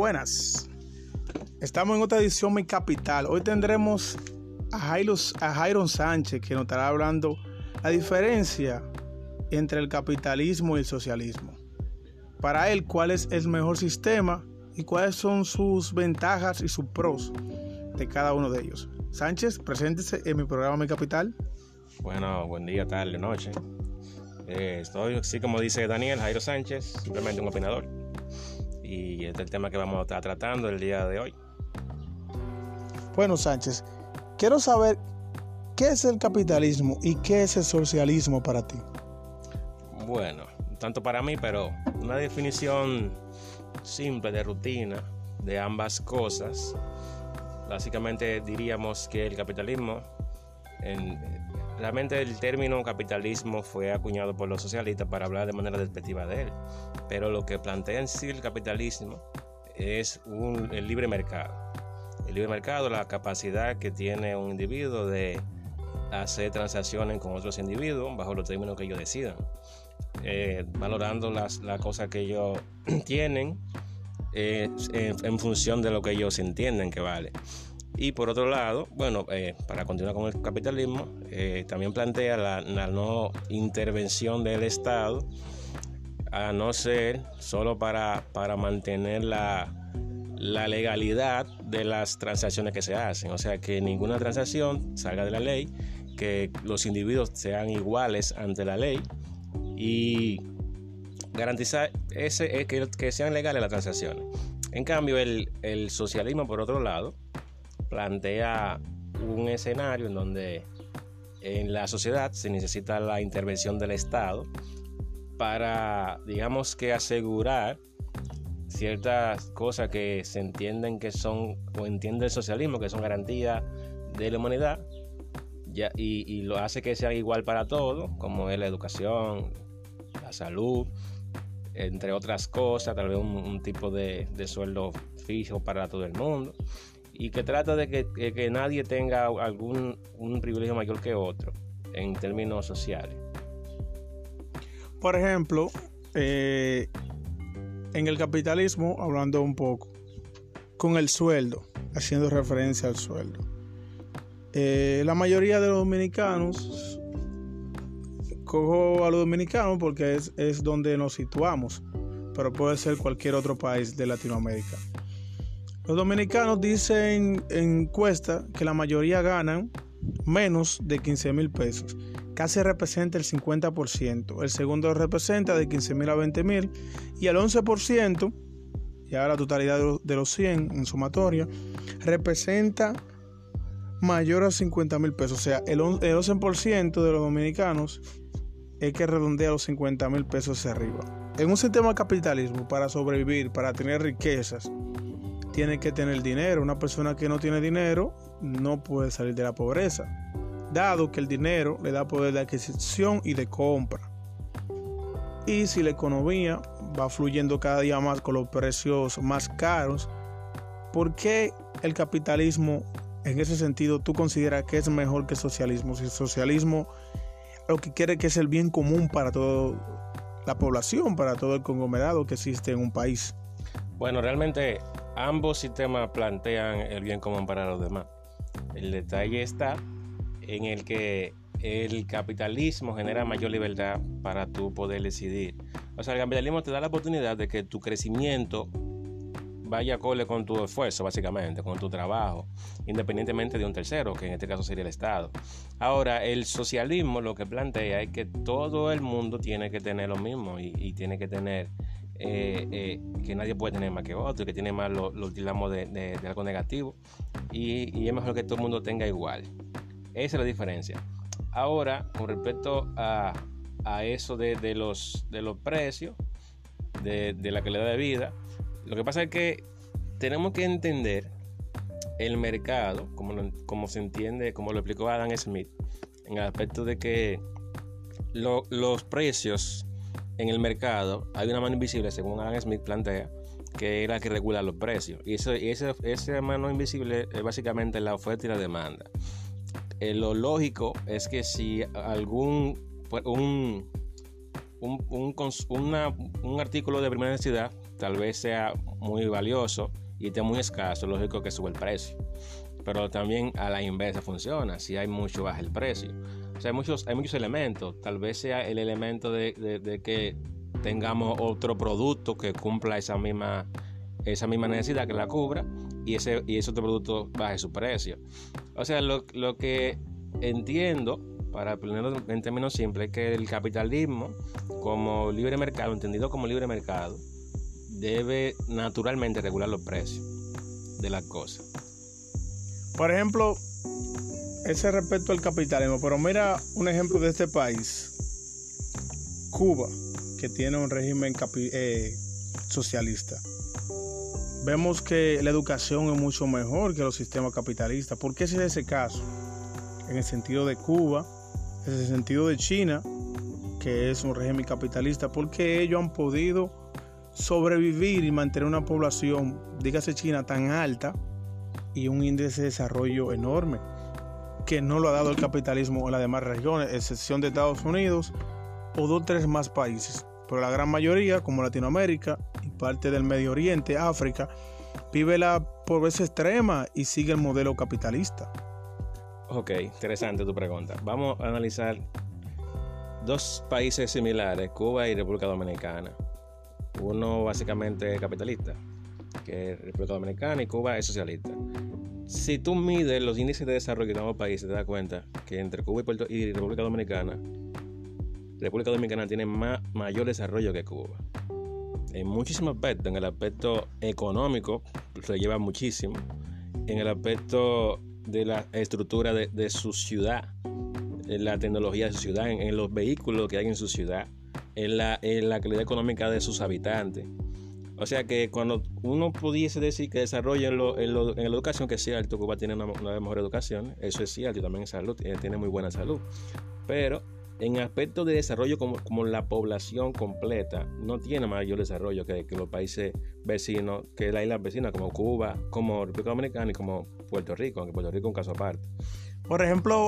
buenas. Estamos en otra edición Mi Capital. Hoy tendremos a Jairon Sánchez, que nos estará hablando la diferencia entre el capitalismo y el socialismo. Para él, ¿cuál es el mejor sistema y cuáles son sus ventajas y sus pros de cada uno de ellos? Sánchez, preséntese en mi programa Mi Capital. Bueno, buen día, tarde, noche. Estoy, así como dice Daniel, Jairo Sánchez, simplemente un opinador. Y este es el tema que vamos a estar tratando el día de hoy. Bueno, Sánchez, quiero saber qué es el capitalismo y qué es el socialismo para ti. Bueno, tanto para mí, pero una definición simple de rutina de ambas cosas. Básicamente diríamos que el capitalismo, realmente el término capitalismo fue acuñado por los socialistas para hablar de manera despectiva de él, pero lo que plantea en sí el capitalismo es el libre mercado. El libre mercado, la capacidad que tiene un individuo de hacer transacciones con otros individuos bajo los términos que ellos decidan, valorando las cosas que ellos tienen en función de lo que ellos entienden que vale. Y por otro lado, bueno, para continuar con el capitalismo, también plantea la no intervención del Estado, a no ser solo para mantener la legalidad de las transacciones que se hacen. O sea, que ninguna transacción salga de la ley, que los individuos sean iguales ante la ley y garantizar que sean legales las transacciones. En cambio, el socialismo, por otro lado, plantea un escenario en donde en la sociedad se necesita la intervención del Estado para, digamos que asegurar ciertas cosas que se entienden que son, o entiende el socialismo, que son garantías de la humanidad, y lo hace que sea igual para todos, como es la educación, la salud, entre otras cosas, tal vez un tipo de sueldo fijo para todo el mundo, y que trata de que nadie tenga un privilegio mayor que otro en términos sociales. Por ejemplo, en el capitalismo, hablando un poco, con el sueldo, haciendo referencia al sueldo. La mayoría de los dominicanos, cojo a los dominicanos porque es donde nos situamos, pero puede ser cualquier otro país de Latinoamérica. Los dominicanos dicen en encuesta que la mayoría ganan menos de 15,000 pesos. Casi representa el 50%. El segundo representa de 15,000 a 20,000. Y el 11%, ya la totalidad de los 100 en sumatoria, representa mayor a 50,000 pesos. O sea, el 11% de los dominicanos es que redondea los 50,000 pesos hacia arriba. En un sistema de capitalismo, para sobrevivir, para tener riquezas, tiene que tener dinero. Una persona que no tiene dinero no puede salir de la pobreza, dado que el dinero le da poder de adquisición y de compra. Y si la economía va fluyendo cada día más con los precios más caros, ¿por qué el capitalismo, en ese sentido, tú consideras que es mejor que el socialismo? Si el socialismo lo que quiere que es el bien común para toda la población, para todo el conglomerado que existe en un país. Bueno, realmente ambos sistemas plantean el bien común para los demás. El detalle está en el que el capitalismo genera mayor libertad para tú poder decidir. O sea, el capitalismo te da la oportunidad de que tu crecimiento vaya acorde con tu esfuerzo, básicamente, con tu trabajo, independientemente de un tercero, que en este caso sería el Estado. Ahora, el socialismo lo que plantea es que todo el mundo tiene que tener lo mismo y tiene que tener que nadie puede tener más que otro, que tiene más lo utilizamos de algo negativo, y es mejor que todo el mundo tenga igual. Esa es la diferencia. Ahora, con respecto a eso de los precios de la calidad de vida, lo que pasa es que tenemos que entender el mercado como se entiende, como lo explicó Adam Smith, en el aspecto de que los precios en el mercado, hay una mano invisible, según Adam Smith plantea, que es la que regula los precios. Y esa mano invisible es básicamente la oferta y la demanda. Lo lógico es que si un artículo de primera necesidad tal vez sea muy valioso y esté muy escaso, lógico que sube el precio. Pero también a la inversa funciona, si hay mucho baja el precio. O sea, hay muchos elementos. Tal vez sea el elemento de que tengamos otro producto que cumpla esa misma necesidad, que la cubra, y ese otro producto baje su precio. O sea, lo que entiendo, para ponerlo en términos simples, es que el capitalismo como libre mercado, entendido como libre mercado, debe naturalmente regular los precios de las cosas. Por ejemplo, ese respecto al capitalismo, pero mira un ejemplo de este país, Cuba, que tiene un régimen socialista. Vemos que la educación es mucho mejor que los sistemas capitalistas. ¿Por qué es ese caso? En el sentido de Cuba, en el sentido de China, que es un régimen capitalista, porque ellos han podido sobrevivir y mantener una población, dígase China, tan alta y un índice de desarrollo enorme, que no lo ha dado el capitalismo en las demás regiones, excepción de Estados Unidos o 2 o 3 más países. Pero la gran mayoría, como Latinoamérica y parte del Medio Oriente, África, vive la pobreza extrema y sigue el modelo capitalista. Ok, interesante tu pregunta. Vamos a analizar 2 países similares, Cuba y República Dominicana. Uno básicamente es capitalista, que es República Dominicana, y Cuba es socialista. Si tú mides los índices de desarrollo de ambos países, te das cuenta que entre Cuba y República Dominicana tiene mayor desarrollo que Cuba. En muchísimos aspectos. En el aspecto económico se lleva muchísimo. En el aspecto de la estructura de su ciudad, en la tecnología de su ciudad, en los vehículos que hay en su ciudad, en la calidad económica de sus habitantes. O sea que cuando uno pudiese decir que desarrolla en la educación, que es cierto, Cuba tiene una mejor educación, eso es cierto, y también en salud, tiene muy buena salud. Pero en aspectos de desarrollo como la población completa, no tiene mayor desarrollo que los países vecinos, que las islas vecinas como Cuba, como República Dominicana y como Puerto Rico, aunque Puerto Rico es un caso aparte. Por ejemplo,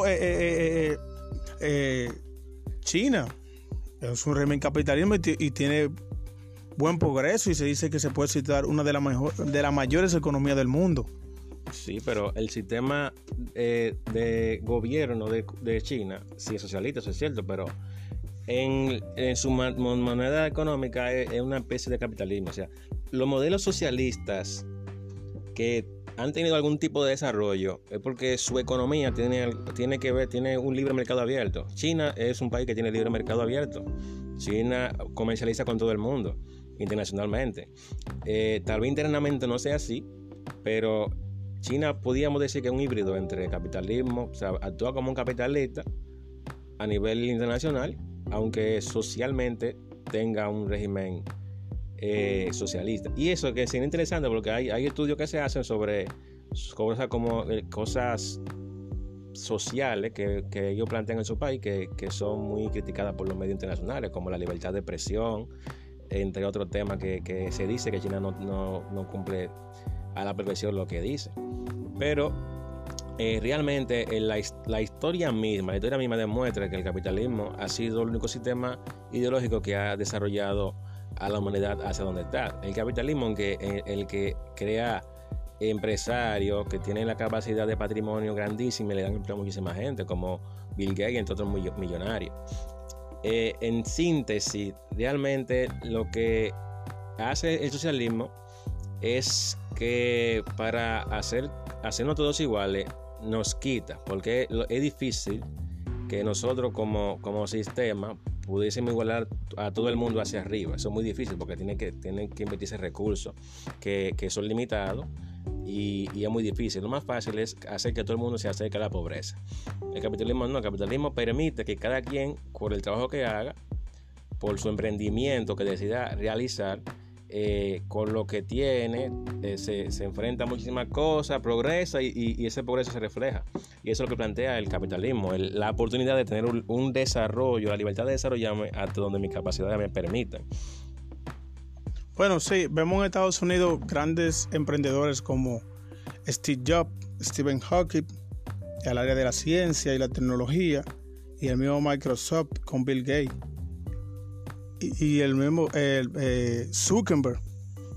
China es un régimen capitalismo y tiene buen progreso, y se dice que se puede citar una de las mayores economías del mundo. Sí, pero el sistema de gobierno de China sí es socialista, eso es cierto, pero en su moneda económica es una especie de capitalismo. O sea, los modelos socialistas que han tenido algún tipo de desarrollo es porque su economía tiene un libre mercado abierto. China es un país que tiene libre mercado abierto. China comercializa con todo el mundo internacionalmente. Tal vez internamente no sea así, pero China podríamos decir que es un híbrido entre capitalismo, o sea, actúa como un capitalista a nivel internacional, aunque socialmente tenga un régimen socialista. Y eso que es interesante porque hay estudios que se hacen sobre cosas como cosas sociales que ellos plantean en su país que son muy criticadas por los medios internacionales, como la libertad de expresión, entre otros temas que se dice que China no cumple a la perfección lo que dice. Pero realmente la historia misma demuestra que el capitalismo ha sido el único sistema ideológico que ha desarrollado a la humanidad hacia donde está. El capitalismo el que crea empresarios que tienen la capacidad de patrimonio grandísima y le dan empleo a muchísima gente, como Bill Gates y entre otros millonarios. En síntesis, realmente lo que hace el socialismo es que para hacernos todos iguales nos quita, porque es difícil que nosotros como sistema pudiésemos igualar a todo el mundo hacia arriba. Eso es muy difícil porque tienen que invertirse recursos que son limitados y es muy difícil. Lo más fácil es hacer que todo el mundo se acerque a la pobreza. El capitalismo permite que cada quien, por el trabajo que haga, por su emprendimiento que decida realizar, con lo que tiene, se enfrenta a muchísimas cosas, progresa y ese progreso se refleja. Y eso es lo que plantea el capitalismo, la oportunidad de tener un desarrollo, la libertad de desarrollarme hasta donde mis capacidades me permitan. Bueno, sí, vemos en Estados Unidos grandes emprendedores como Steve Jobs, Stephen Hawking, al área de la ciencia y la tecnología, y el mismo Microsoft con Bill Gates. Y el mismo Zuckerberg,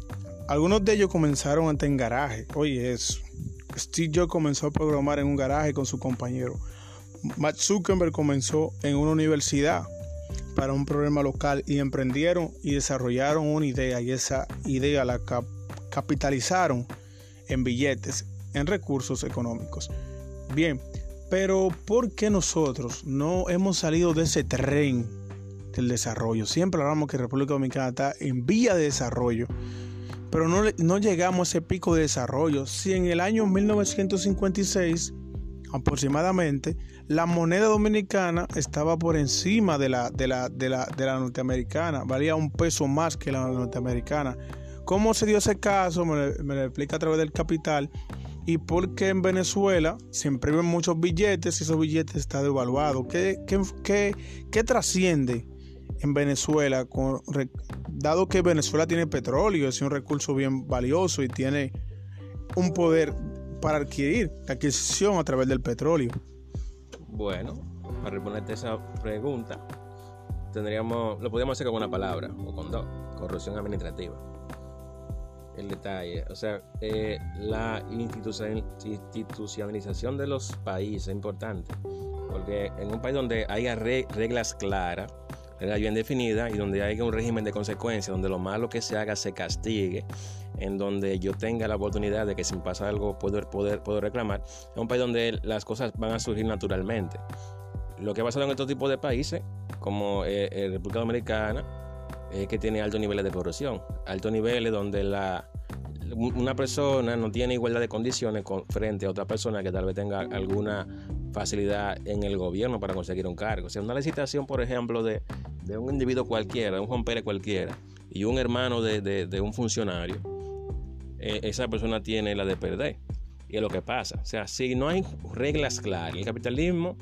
Algunos de ellos comenzaron hasta en garaje. Oye, eso. Steve Jobs comenzó a programar en un garaje con su compañero. Mark Zuckerberg comenzó en una universidad para un problema local y emprendieron y desarrollaron una idea, y esa idea la capitalizaron en billetes, en recursos económicos. Bien, pero ¿por qué nosotros no hemos salido de ese tren del desarrollo? Siempre hablamos que República Dominicana está en vía de desarrollo, pero no llegamos a ese pico de desarrollo. Si en el año 1956 aproximadamente la moneda dominicana estaba por encima de la norteamericana, valía un peso más que la norteamericana. ¿Cómo se dio ese caso? Me lo explica a través del Capital. Y porque en Venezuela se imprimen muchos billetes y esos billetes están devaluados. ¿Qué trasciende en Venezuela? Dado que Venezuela tiene petróleo, es un recurso bien valioso y tiene un poder para adquirir la adquisición a través del petróleo. Bueno, para responderte esa pregunta, lo podríamos hacer con una palabra o con dos: corrupción administrativa. El detalle, o sea, la institucionalización de los países es importante, porque en un país donde haya reglas claras, reglas bien definidas, y donde haya un régimen de consecuencias, donde lo malo que se haga se castigue, en donde yo tenga la oportunidad de que si me pasa algo puedo reclamar, es un país donde las cosas van a surgir naturalmente. Lo que ha pasado en otro tipo de países, como República Dominicana, que tiene altos niveles de corrupción, altos niveles donde una persona no tiene igualdad de condiciones frente a otra persona que tal vez tenga alguna facilidad en el gobierno para conseguir un cargo. O sea, una licitación, por ejemplo, de un individuo cualquiera, un Juan Pérez cualquiera, y un hermano de un funcionario, esa persona tiene la de perder. Y es lo que pasa. O sea, si no hay reglas claras, el capitalismo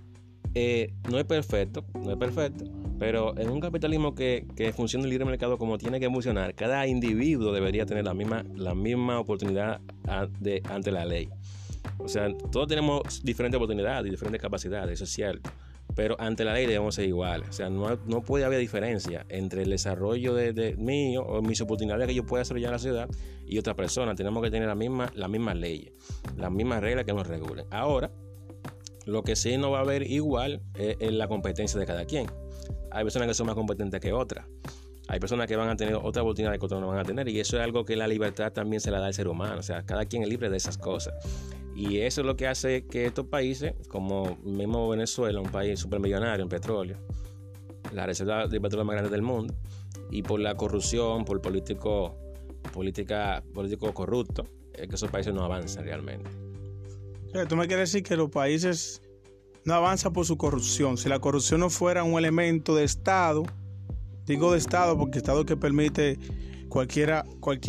no es perfecto, pero en un capitalismo que funciona el libre mercado como tiene que funcionar, cada individuo debería tener la misma oportunidad ante la ley. O sea, todos tenemos diferentes oportunidades y diferentes capacidades, eso es cierto, pero ante la ley debemos ser iguales. O sea, no puede haber diferencia entre el desarrollo de mío o mis oportunidades que yo pueda desarrollar en la ciudad y otra persona. Tenemos que tener las mismas leyes, las mismas reglas que nos regulen. Ahora, lo que sí no va a haber igual es la competencia de cada quien. Hay personas que son más competentes que otras. Hay personas que van a tener otra oportunidad que otras no van a tener. Y eso es algo que la libertad también se la da al ser humano. O sea, cada quien es libre de esas cosas. Y eso es lo que hace que estos países, como mismo Venezuela, un país supermillonario en petróleo, la reserva de petróleo más grande del mundo, y por la corrupción, por político corrupto, es que esos países no avanzan realmente. O sea, tú me quieres decir que los países no avanzan por su corrupción. Si la corrupción no fuera un elemento de Estado, digo de Estado porque Estado que permite cualquier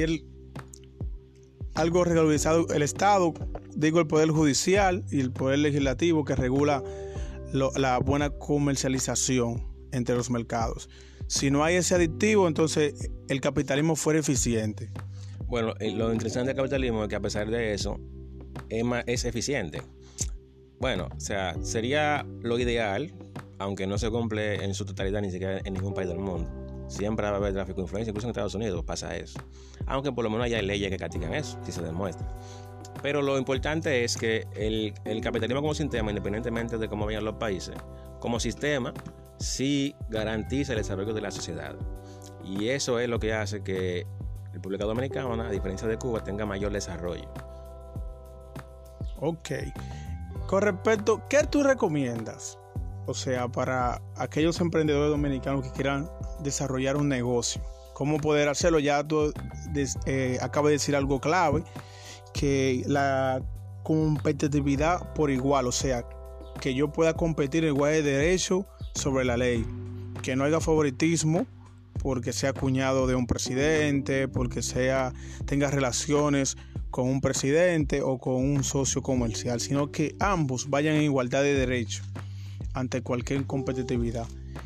algo regularizado, el Estado, digo el Poder Judicial y el Poder Legislativo que regula la buena comercialización entre los mercados. Si no hay ese aditivo, entonces el capitalismo fuera eficiente. Bueno, lo interesante del capitalismo es que a pesar de eso es eficiente. Bueno, o sea, sería lo ideal, aunque no se cumple en su totalidad ni siquiera en ningún país del mundo. Siempre va a haber tráfico de influencia, incluso en Estados Unidos pasa eso. Aunque por lo menos hay leyes que castigan eso, si se demuestra. Pero lo importante es que el capitalismo como sistema, independientemente de cómo vayan los países, como sistema, sí garantiza el desarrollo de la sociedad. Y eso es lo que hace que la República Dominicana, a diferencia de Cuba, tenga mayor desarrollo. Ok. Con respecto, ¿qué tú recomiendas? O sea, para aquellos emprendedores dominicanos que quieran desarrollar un negocio, ¿cómo poder hacerlo? Ya tú acabas de decir algo clave, que la competitividad por igual, o sea, que yo pueda competir en igual de derecho sobre la ley, que no haya favoritismo porque sea cuñado de un presidente, porque tenga relaciones con un presidente o con un socio comercial, sino que ambos vayan en igualdad de derecho ante cualquier competitividad.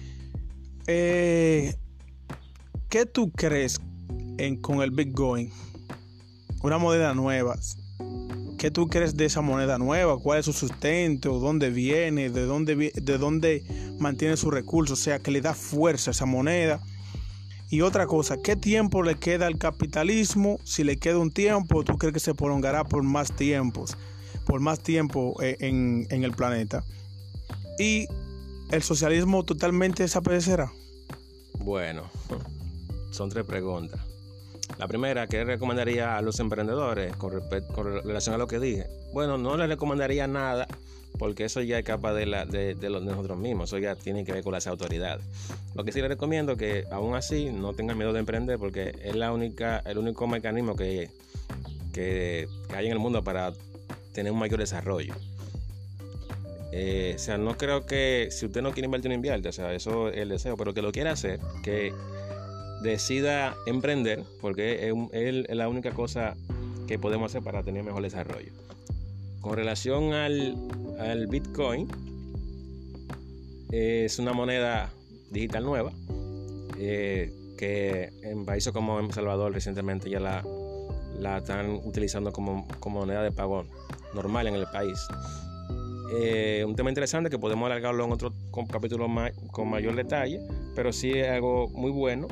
¿Qué tú crees con el Bitcoin? Una moneda nueva. ¿Qué tú crees de esa moneda nueva? ¿Cuál es su sustento? ¿Dónde viene? ¿De dónde mantiene sus recursos? O sea, que le da fuerza a esa moneda. Y otra cosa, ¿qué tiempo le queda al capitalismo? Si le queda un tiempo, ¿tú crees que se prolongará por más tiempo en el planeta? ¿Y el socialismo totalmente desaparecerá? Bueno, son 3 preguntas. La primera, ¿qué recomendaría a los emprendedores con relación a lo que dije? Bueno, no les recomendaría nada, porque eso ya escapa de nosotros mismos, eso ya tiene que ver con las autoridades. Lo que sí les recomiendo es que aún así no tengan miedo de emprender, porque es el único mecanismo que hay en el mundo para tener un mayor desarrollo. O sea, no creo que si usted no quiere invertir, no invierte, o sea, eso es el deseo, pero que lo quiera hacer, que decida emprender, porque es la única cosa que podemos hacer para tener mejor desarrollo. Con relación al Bitcoin, es una moneda digital nueva que en países como El Salvador recientemente ya la están utilizando como moneda de pago normal en el país. Un tema interesante que podemos alargarlo en otro capítulo con mayor detalle, pero sí es algo muy bueno,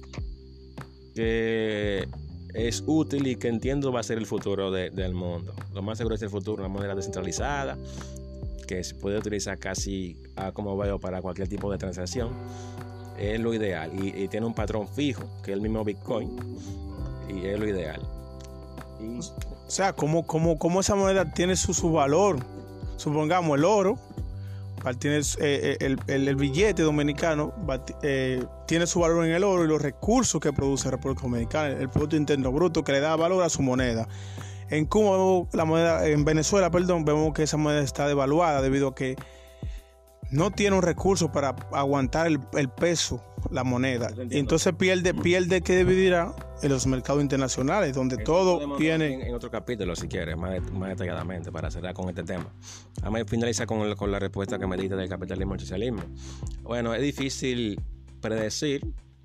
que es útil y que entiendo va a ser el futuro del mundo. Lo más seguro es el futuro, una moneda descentralizada que se puede utilizar casi como veo para cualquier tipo de transacción. Es lo ideal y tiene un patrón fijo que es el mismo Bitcoin y es lo ideal. O sea, ¿cómo esa moneda tiene su valor? Supongamos el oro, tiene el billete dominicano, tiene su valor en el oro y los recursos que produce República Dominicana, el Producto Interno Bruto que le da valor a su moneda. En Cuba, en Venezuela, vemos que esa moneda está devaluada debido a que no tiene un recurso para aguantar el peso, la moneda. Y entonces pierde que dividirá en los mercados internacionales, donde eso todo viene. En otro capítulo, si quieres, más detalladamente, para cerrar con este tema. Vamos a finalizar con la respuesta que me diste del capitalismo y socialismo. Bueno, es difícil predecir,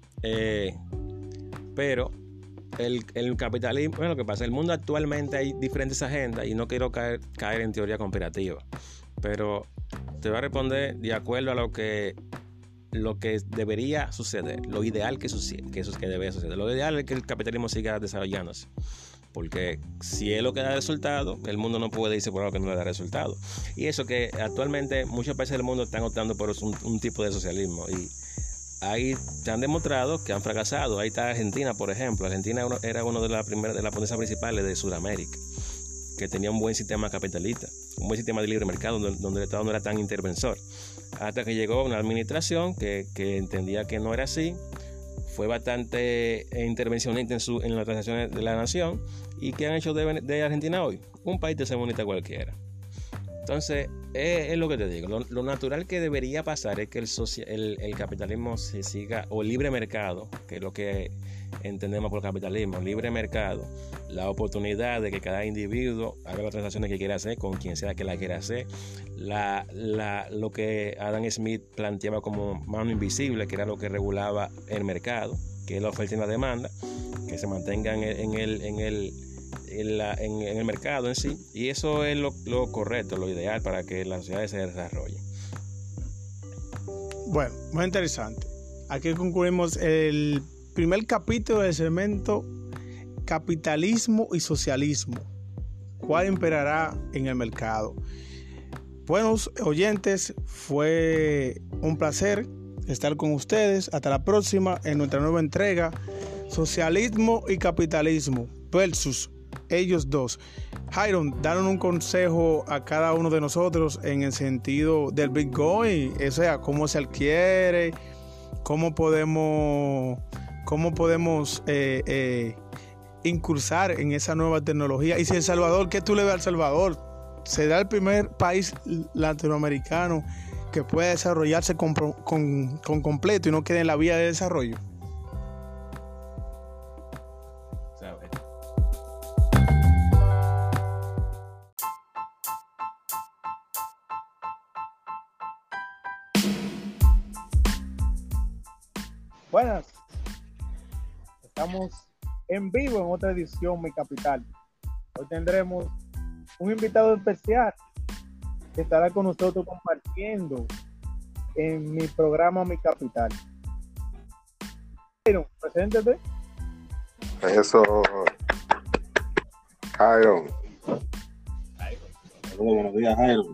pero el capitalismo, bueno, lo que pasa, en el mundo actualmente hay diferentes agendas y no quiero caer en teoría conspirativa, pero te voy a responder de acuerdo a lo que debería suceder, lo ideal que debe suceder. Lo ideal es que el capitalismo siga desarrollándose, porque si es lo que da resultado, el mundo no puede irse por algo que no le da resultado. Y eso que actualmente muchos países del mundo están optando por un tipo de socialismo y ahí se han demostrado que han fracasado. Ahí está Argentina, por ejemplo. Argentina era una de las potencias principales de Sudamérica, que tenía un buen sistema capitalista, un buen sistema de libre mercado donde el Estado no era tan interventor, hasta que llegó una administración que entendía que no era así, fue bastante intervencionista en las transacciones de la nación. ¿Y qué han hecho de Argentina hoy? Un país tercermundista cualquiera. Entonces, es lo que te digo, lo natural que debería pasar es que el capitalismo se siga, o el libre mercado, que es lo que entendemos por capitalismo, libre mercado, la oportunidad de que cada individuo haga las transacciones que quiera hacer con quien sea que la quiera hacer, lo que Adam Smith planteaba como mano invisible, que era lo que regulaba el mercado, que es la oferta y la demanda, que se mantengan en el mercado en sí, y eso es lo correcto, lo ideal para que las sociedades se desarrollen. Bueno, muy interesante. Aquí concluimos el primer capítulo del segmento Capitalismo y Socialismo. ¿Cuál imperará en el mercado? Buenos oyentes, fue un placer estar con ustedes. Hasta la próxima en nuestra nueva entrega, Socialismo y Capitalismo versus ellos dos. Jairon, danos un consejo a cada uno de nosotros en el sentido del Bitcoin, o sea, cómo se adquiere, cómo podemos incursar en esa nueva tecnología. Y si El Salvador, ¿qué tú le ves a El Salvador? ¿Será el primer país latinoamericano que pueda desarrollarse con completo y no quede en la vía de desarrollo? Buenas, estamos en vivo en otra edición Mi Capital. Hoy tendremos un invitado especial que estará con nosotros compartiendo en mi programa Mi Capital. Jairo, preséntate. Eso, Jairo. Buenos días, Jairo.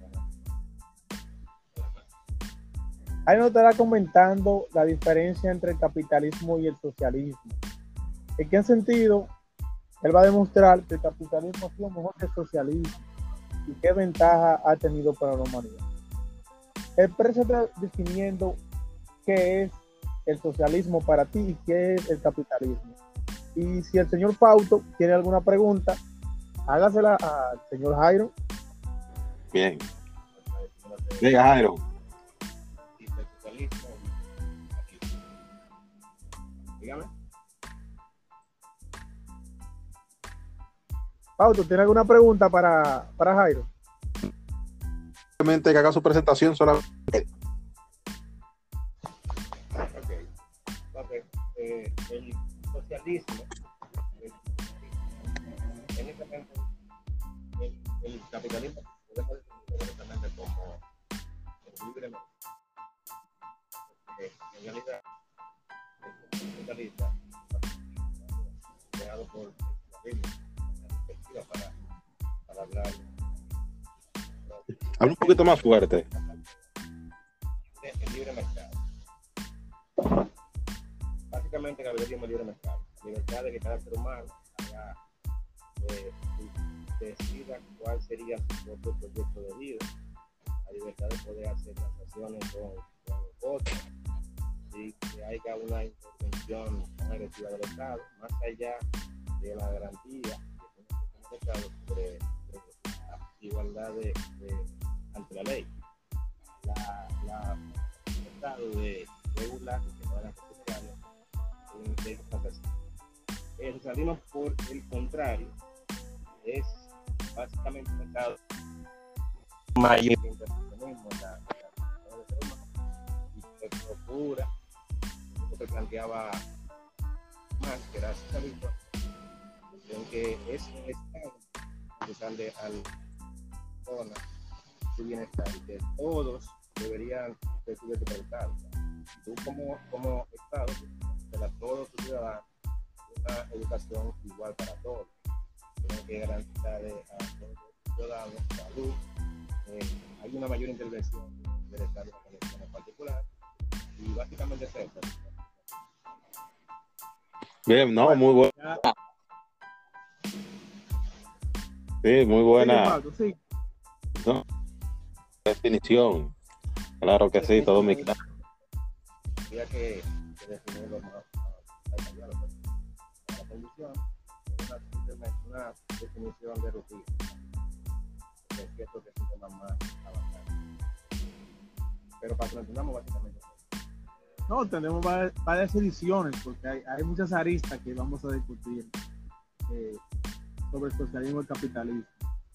Jairo nos estará comentando la diferencia entre el capitalismo y el socialismo. ¿En qué sentido? Él va a demostrar que el capitalismo ha sido mejor que el socialismo y qué ventaja ha tenido para la humanidad. El precio está definiendo qué es el socialismo para ti y qué es el capitalismo. Y si el señor Fausto tiene alguna pregunta, hágasela al señor Jairo. Bien. Diga, Jairo. Dígame. Fausto, ¿tiene alguna pregunta para Jairo? Simplemente que haga su presentación solamente. El socialismo, técnicamente, el capitalismo podemos definirlo directamente como el libre mercado. En realidad, el capitalista creado por el socialismo, una perspectiva para hablar. Habla un poquito más fuerte. El libre mercado. Básicamente, el capitalismo es libre mercado. La libertad de que cada ser humano haga, decida cuál sería su propio proyecto de vida. La libertad de poder hacer transacciones con otros. Y que haya una intervención tan agresiva del Estado, más allá de la garantía que tiene el Estado sobre la igualdad ante la ley. El Estado de regular que no era necesario de esas transacciones. El socialismo, por el contrario, es básicamente un Estado mayor que intervencionismo en la y se procura lo que planteaba más que era socialismo, en que es un Estado que sale al zona su bienestar y que todos deberían recibir su libertad. Tú como Estado a todos sus ciudadanos una educación igual para todos. Tienen que garantizar a todos los ciudadanos salud. Hay una mayor intervención del Estado en particular y básicamente es eso. Bien, no, muy bueno. Sí, muy buena no, definición. Claro que sí, todo mi claro. Había que definirlo más detallado. La condición es una definición de rutina. Es cierto que es un tema más avanzado. Pero para que lo entendamos básicamente. No, tenemos varias ediciones porque hay muchas aristas que vamos a discutir sobre el socialismo y el capitalismo.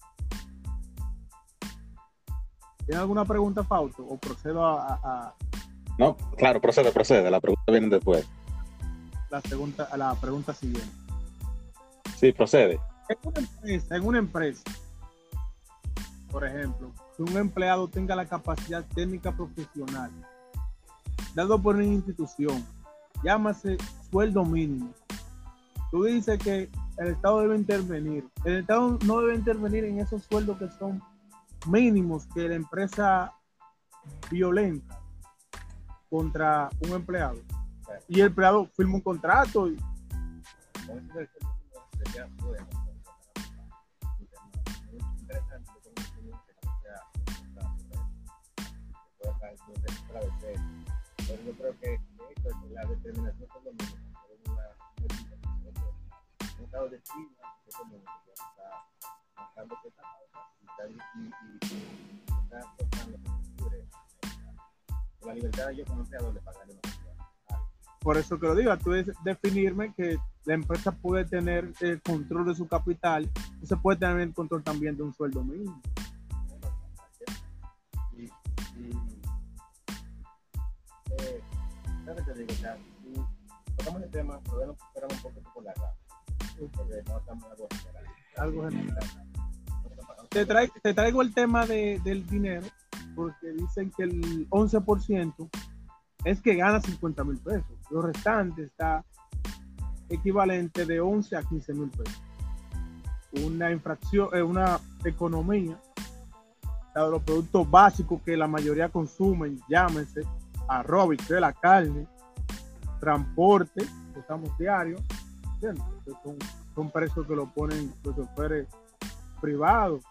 ¿Tiene alguna pregunta, Fausto? ¿O procedo a No, claro, procede. La pregunta viene después. a la pregunta siguiente? Sí, procede. En una empresa, por ejemplo, que un empleado tenga la capacidad técnica profesional dado por una institución, llámase sueldo mínimo. Tú dices que el Estado debe intervenir. El Estado no debe intervenir en esos sueldos que son mínimos que la empresa violenta contra un empleado. Y el empleado firma un contrato y sería bueno, interesante pero yo creo que la determinación económica es un estado de China económico que está marcando que está tocando la libertad de ellos como empleador de pagarle una sociedad. por eso que lo diga, tú debes definirme que la empresa puede tener el control de su capital y se puede tener el control también de un sueldo mínimo. ¿Sabes qué te digo? O sea, si tocamos el tema, podemos esperar un poco por la rama, porque no estamos algo general. Te traigo el tema del dinero, porque dicen que el 11% es que gana 50,000 pesos. Lo restante está equivalente de 11 a 15,000 pesos. Una infracción, una economía, de los productos básicos que la mayoría consumen, llámese arroz, que la carne, transporte, que usamos diario, son precios que lo ponen los choferes privados,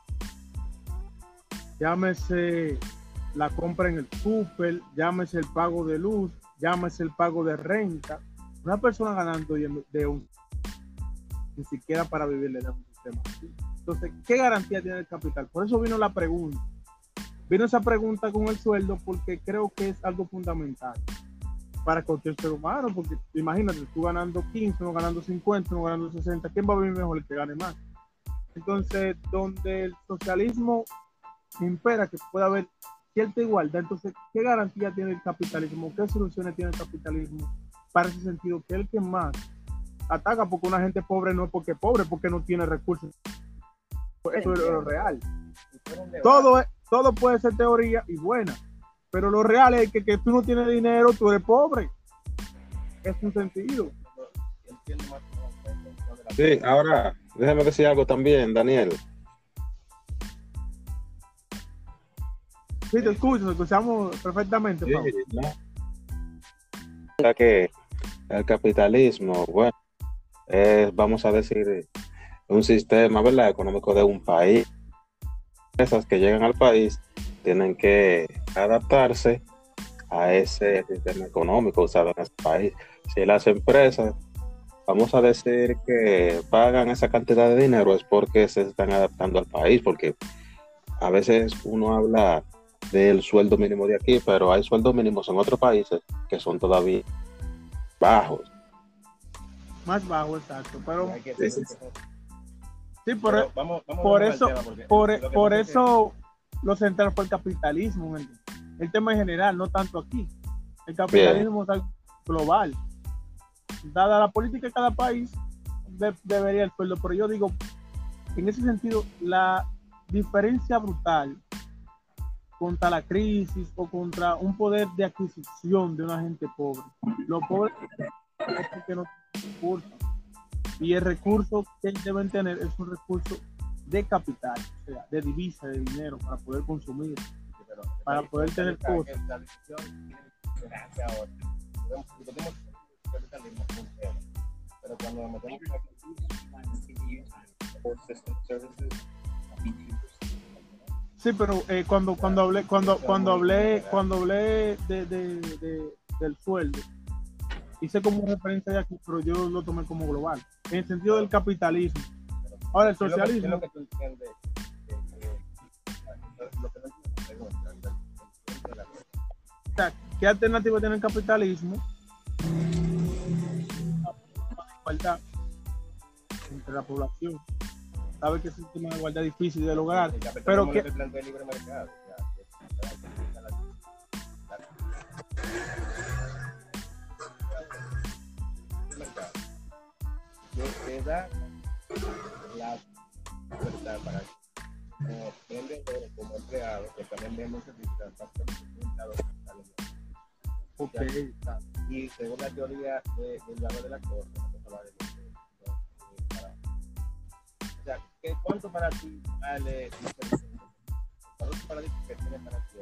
llámese la compra en el súper, llámese el pago de luz, llámese el pago de renta. Una persona ganando ni siquiera para vivir le da un sistema así. Entonces, ¿qué garantía tiene el capital? Por eso vino la pregunta. Vino esa pregunta con el sueldo porque creo que es algo fundamental para cualquier ser humano, porque imagínate, tú ganando 15, no ganando 50, no ganando 60, ¿quién va a vivir mejor? El que gane más. Entonces, donde el socialismo impera que pueda haber cierta igualdad, entonces, ¿qué garantía tiene el capitalismo? ¿Qué soluciones tiene el capitalismo para ese sentido? Que el que más ataca, porque una gente pobre no es porque pobre, porque no tiene recursos. Eso es lo real. Todo puede ser teoría y buena, pero lo real es que tú no tienes dinero, tú eres pobre. Es un sentido. Sí, ahora déjame decir algo también, Daniel. Sí, te escuchamos perfectamente, Sí, Pablo. ¿no? Ya que el capitalismo, bueno, es, vamos a decir, un sistema, ¿verdad?, económico de un país. Empresas que llegan al país tienen que adaptarse a ese sistema económico usado en ese país. Si las empresas, vamos a decir que pagan esa cantidad de dinero, es porque se están adaptando al país, porque a veces uno habla del sueldo mínimo de aquí, pero hay sueldos mínimos en otros países que son todavía bajos. Más bajo, exacto. Pero sí, vamos por al eso, tema, porque por eso lo central fue el capitalismo. El tema en general, no tanto aquí. El capitalismo es global. Dada la política de cada país, debería el sueldo. Pero yo digo, en ese sentido, la diferencia brutal contra la crisis o contra un poder de adquisición de una gente pobre. Los pobres es porque no tienen recursos. Y el recurso que deben tener es un recurso de capital, o sea, de divisa, de dinero, para poder consumir, para poder tener cosas. La decisión tiene ahora. Podemos capitalismo funciona, pero cuando nos metemos sí, pero cuando hablé del sueldo, hice como referencia de aquí, pero yo lo tomé como global, en el sentido del capitalismo. Ahora, el socialismo. ¿Qué es lo que tú entiendes? Lo que no entiendes, O sea, ¿qué alternativa tiene el capitalismo? Igualdad entre la población. Sabe que es un tema de igualdad difícil de lograr, pero que plantea el libre mercado. Te da la libertad para como vendedor, como empleado, que también venden servicios okay. Y según la teoría del valor de la cosa, o sea, ¿cuánto para ti vale para ti que tiene para ti?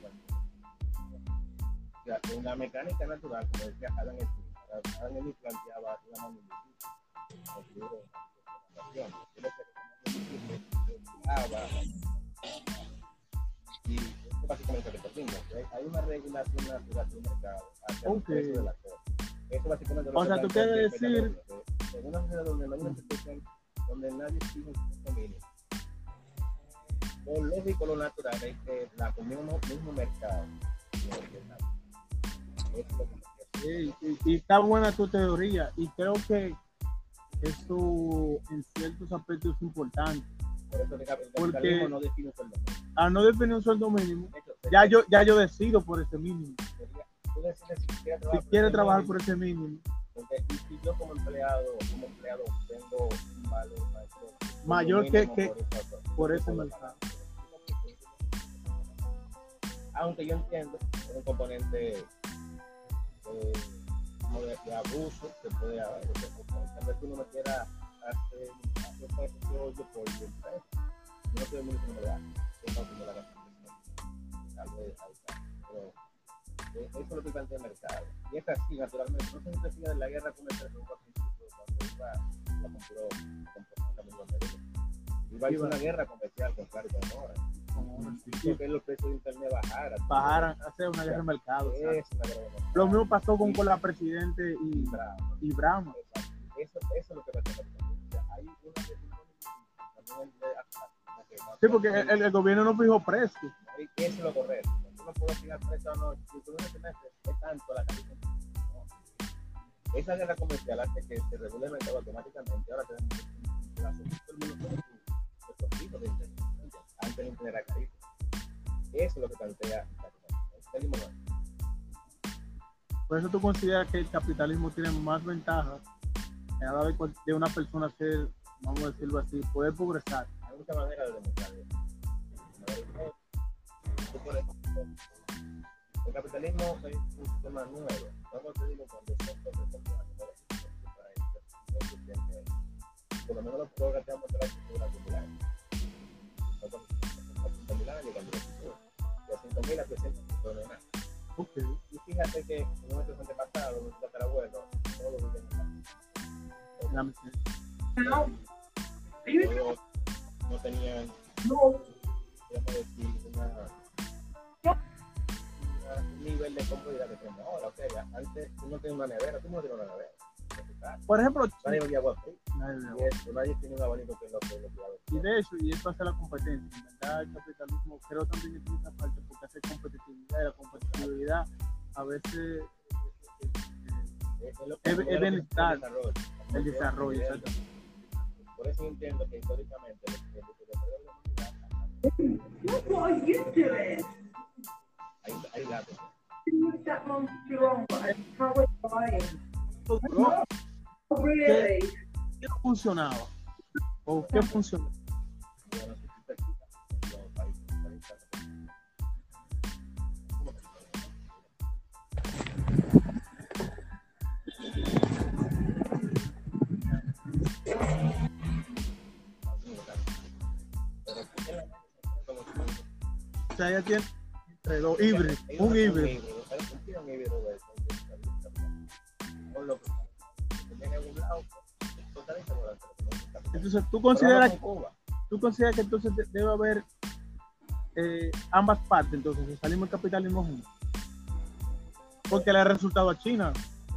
O sea, en la mecánica natural, como decía Adam Smith planteaba una magnitud. Y esto básicamente hay una regulación natural del mercado hacia el precio de la cosa. Eso básicamente o sea, tú quieres decir en una sociedad donde no hay una institución donde nadie exige un sistema mínimo. Lo lógico, lo natural es que el mismo mercado. y está buena tu teoría, y creo que eso en ciertos aspectos es importante. Por eso porque no define un sueldo mínimo. Al no definir un sueldo mínimo, ya yo decido por ese mínimo. Si quiere trabajar por ese mínimo. Porque si yo como empleado tengo un valor mayor que por ese mercado. Aunque yo entiendo que es un componente como de abuso que puede haber. Tal vez tú no me quieras hacer ese hoyo por mi empresa. Yo no estoy muy que no me da. Yo no me la tal vez ahí está. Pero eso es lo que plantea el mercado. Y es así, naturalmente. No se necesita de la guerra comercial que hubo al principio cuando iba la compró Camilo América. Iba a ir una guerra comercial con Claro y con Nora. Sí. Que los precios de internet bajaran, hacer una guerra de mercado. Es una guerra de mercado. Lo mismo pasó con la Presidente y Brahma. Eso es lo que va a hacer. Hay una sí, porque el gobierno no fijó precio. Y eso es lo correcto. Tú no puedes fijar precio, no. Si tú no te es tanto la calidad. No. Esa guerra comercial hace que se regule el mercado automáticamente. Ahora tenemos que la solución del mundo de internet. Antes de internet era carísimo. Eso es lo que plantea el capitalismo. Por eso tú consideras que el capitalismo tiene más ventajas a la vez de una persona ser, vamos a decirlo así, poder progresar. Hay muchas maneras de demostrarlo. El capitalismo es un sistema nuevo. Vamos a decirlo cuando por lo menos los pueblos que vamos a traer durante 1000 años. Son 5000 años cuando de 5.000 a 300 millones. Okay. Y fíjate que en nuestros antepasados, nuestros tatarabuelos, todos viven en la no tenían, podemos decir, un nivel de comodidad que tenemos ahora. O sea, antes tú no tenías una nevera, tú no tenías una nevera. Por ejemplo, nadie bebía agua fría. Nadie tiene un abanico que lo que y de hecho, y esto hace la competencia. En verdad, el capitalismo creo también que tiene esa parte porque hace competitividad, y la competitividad a veces es bienestar, el desarrollo. Exacto. Por eso yo entiendo que históricamente el What are you doing? hay datos. That one's strong, but how are you buying? Oh, really? ¿Qué no funcionaba? ¿O qué funcionó? O sea, ella tiene entre dos híbridos, un híbrido. Entonces, ¿tú consideras que entonces debe haber ambas partes, entonces, si salimos del capitalismo juntos? Porque le ha resultado a China.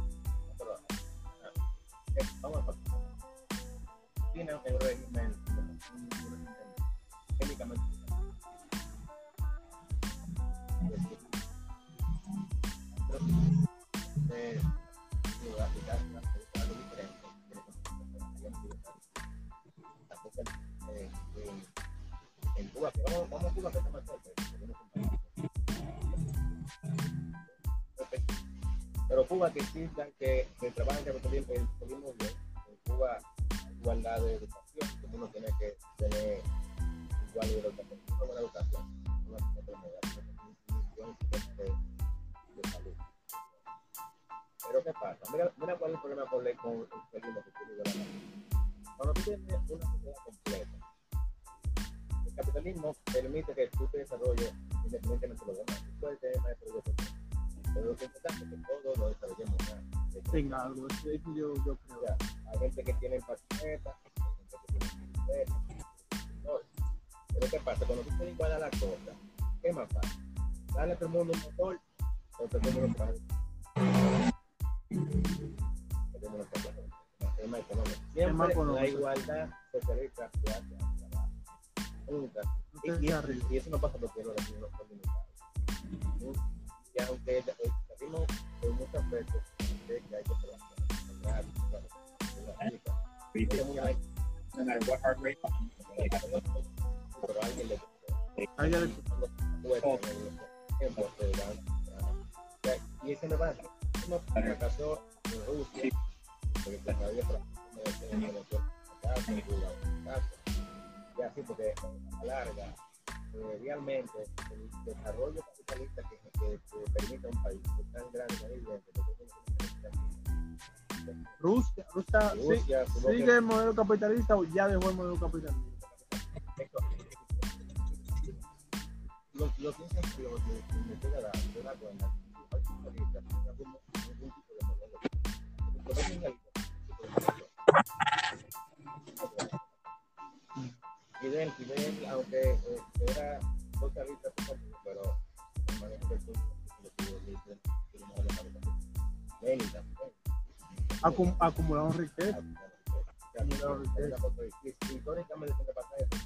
Vamos a pasar. China es un régimen técnicamente en Cuba, vamos a Cuba que está más cerca, pero Cuba que existan que trabajan en el gobierno bien. En Cuba igualdad de educación, uno tiene que tener igual de educación, una buena educación, una enfermedad, de salud. Pero ¿qué pasa? Mira cuál es el problema con el capitalismo que tiene de la nación. Cuando tú tienes una sociedad completa, el capitalismo permite que tú te desarrolles independientemente de lo demás. Tú puedes tener más desarrollo social, pero lo que importante es que todos lo desarrollemos más. Tenga algo, eso yo creo. Ya, hay gente que tiene patineta, hay gente que tiene bicicleta. Pero ¿qué pasa? Cuando tú te igualas la cosa, ¿qué más pasa? Dale a todo el mundo un motor, o todo el mundo trae. Es más económico. Siempre la igualdad socialista se hace hacia abajo. Nunca. Y eso no pasa porque no lo limitados. Y aunque salimos por muchas veces que hay que trabajar. No matter what heart rate, pero alguien le y ese me pasa. Uno fracasó en Rusia, porque la había y así porque a la larga realmente el desarrollo capitalista que permita a un país tan grande como evidente, Rusia sigue el modelo capitalista o ya dejó el modelo capitalista. Los incentivos me queda dar de una cuenta algún tipo de modelo. Fidel, aunque era socialista, pero el manejo del Acumularon riqueza. Históricamente se pasa eso.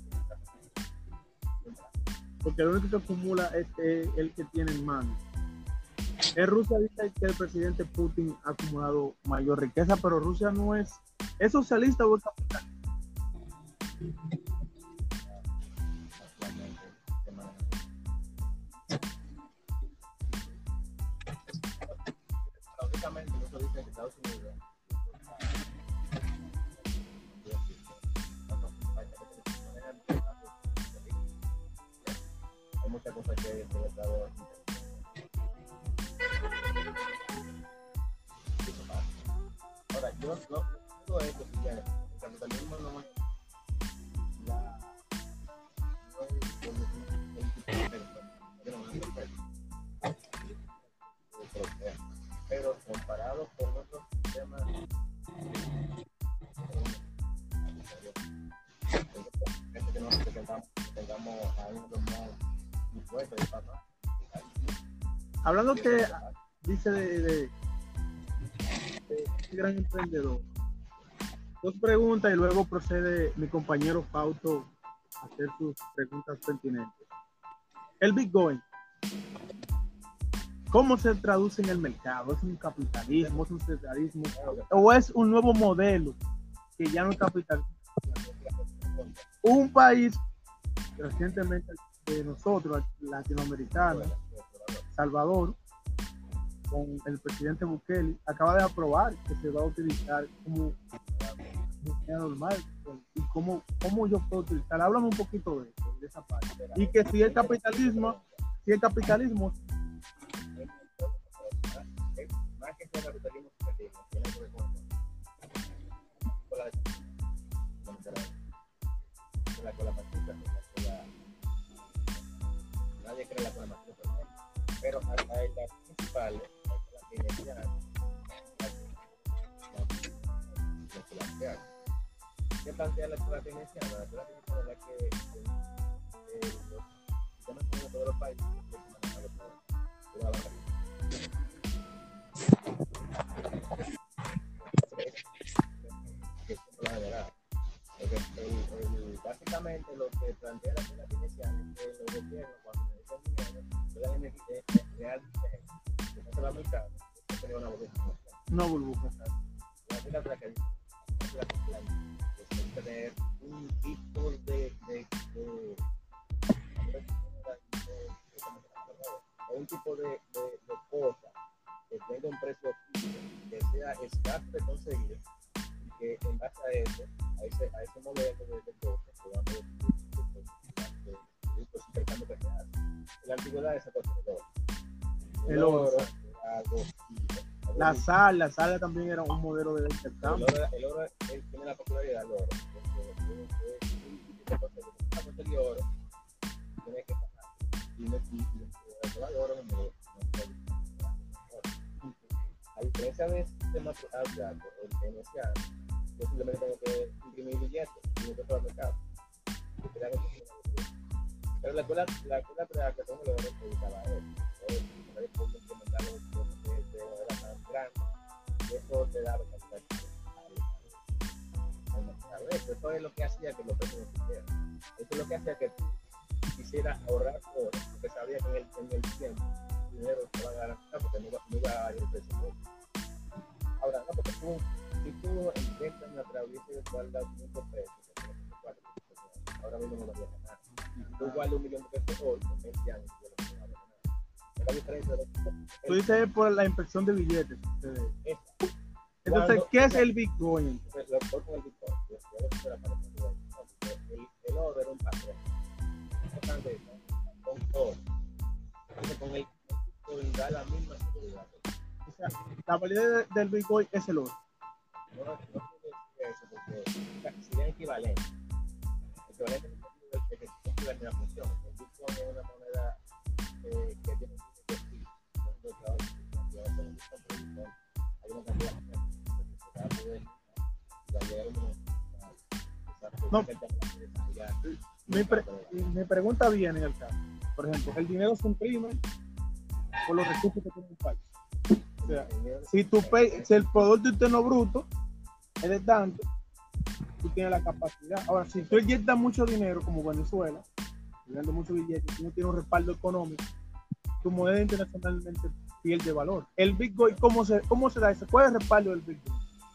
Porque el único que acumula es el que tiene en mano. En Rusia dice que el presidente Putin ha acumulado mayor riqueza, pero Rusia no es socialista o es capitalista. Lógicamente, nosotros dicen que Estados Unidos hay muchas cosas que he estado ahora, yo no todo esto si ya el capitalismo no es pero comparado con otros sistemas que tengamos a unos más impuestos y para hablando que dice de este gran emprendedor, dos preguntas y luego procede mi compañero Fausto a hacer sus preguntas pertinentes. El Bitcoin, ¿cómo se traduce en el mercado? ¿Es un capitalismo? ¿Es un socialismo? ¿O es un nuevo modelo que ya no es capitalismo? Un país recientemente de nosotros, latinoamericanos, Salvador, con el presidente Bukele, acaba de aprobar que se va a utilizar como moneda normal. ¿Y cómo yo puedo utilizar? Háblame un poquito de eso, de esa parte. Y que si el capitalismo más que sea capitalismo tiene que ver con la marxista, nadie cree la marxista, pero hay las principales, la keynesiana, ¿qué plantea la escuela keynesiana? La escuela keynesiana es la que los sistemas de todos los países que se manejan de toda la básicamente lo que plantea la escuela keynesiana es que los gobiernos cuando necesitan dinero puedan crear dinero que no se va a mercado, eso sería una burbuja. Una burbuja. La escuela que dice tener un tipo de un tipo de cosa que tenga un precio fijo, que sea escaso de conseguir y que en base a eso, a ese modelo de cosas, podamos los intercambios que se hacen. En la antigüedad esa cosa de oro. El oro era algo fijo. La sal también era un modelo de intercambio. El oro tiene la popularidad del oro. Porque conseguir oro, tiene que pagar. Y el oro no a diferencia de sistemas abstractos, el keynesiano, yo simplemente tengo que imprimir billetes y no tengo que mercado. Pero la escuela que tengo el oro se dedicaba a eso. Eso te da eso es lo que hacía que los precios no subieran. Eso es lo que hacía que tú quisieras ahorrar oro, porque sabía que en el tiempo el dinero te va a garantizar porque no iba a ir el precio. Ahora, no, porque si tú intentas una traducción de guardar 5 pesos, ahora mismo no lo voy a ganar. Tú guardas $1 millón de pesos hoy, en 20 años, yo no voy a ganar. La diferencia de tú dices por la impresión de billetes. Entonces, ¿qué es el Bitcoin? El oro era un patrón. Con todo. con el Bitcoin da la misma seguridad. O sea, la validez del Bitcoin es el oro. No quiero decir eso porque sería equivalente. Equivalente en el sentido de que cumple la misma función. El Bitcoin es una moneda que tiene un estilo. Hay una cantidad de gente que va a poder No. Mi pregunta viene en el caso. Por ejemplo, el dinero se imprime por los recursos que tiene un país. O sea, si el Producto Interno Bruto es de tanto, tú tienes la capacidad. Ahora, si tú inyectas mucho dinero, como Venezuela, generando muchos billetes, tú no tienes un respaldo económico, tu moneda internacionalmente pierde valor. El Bitcoin, ¿cómo se da eso? ¿Cuál es el respaldo del Bitcoin?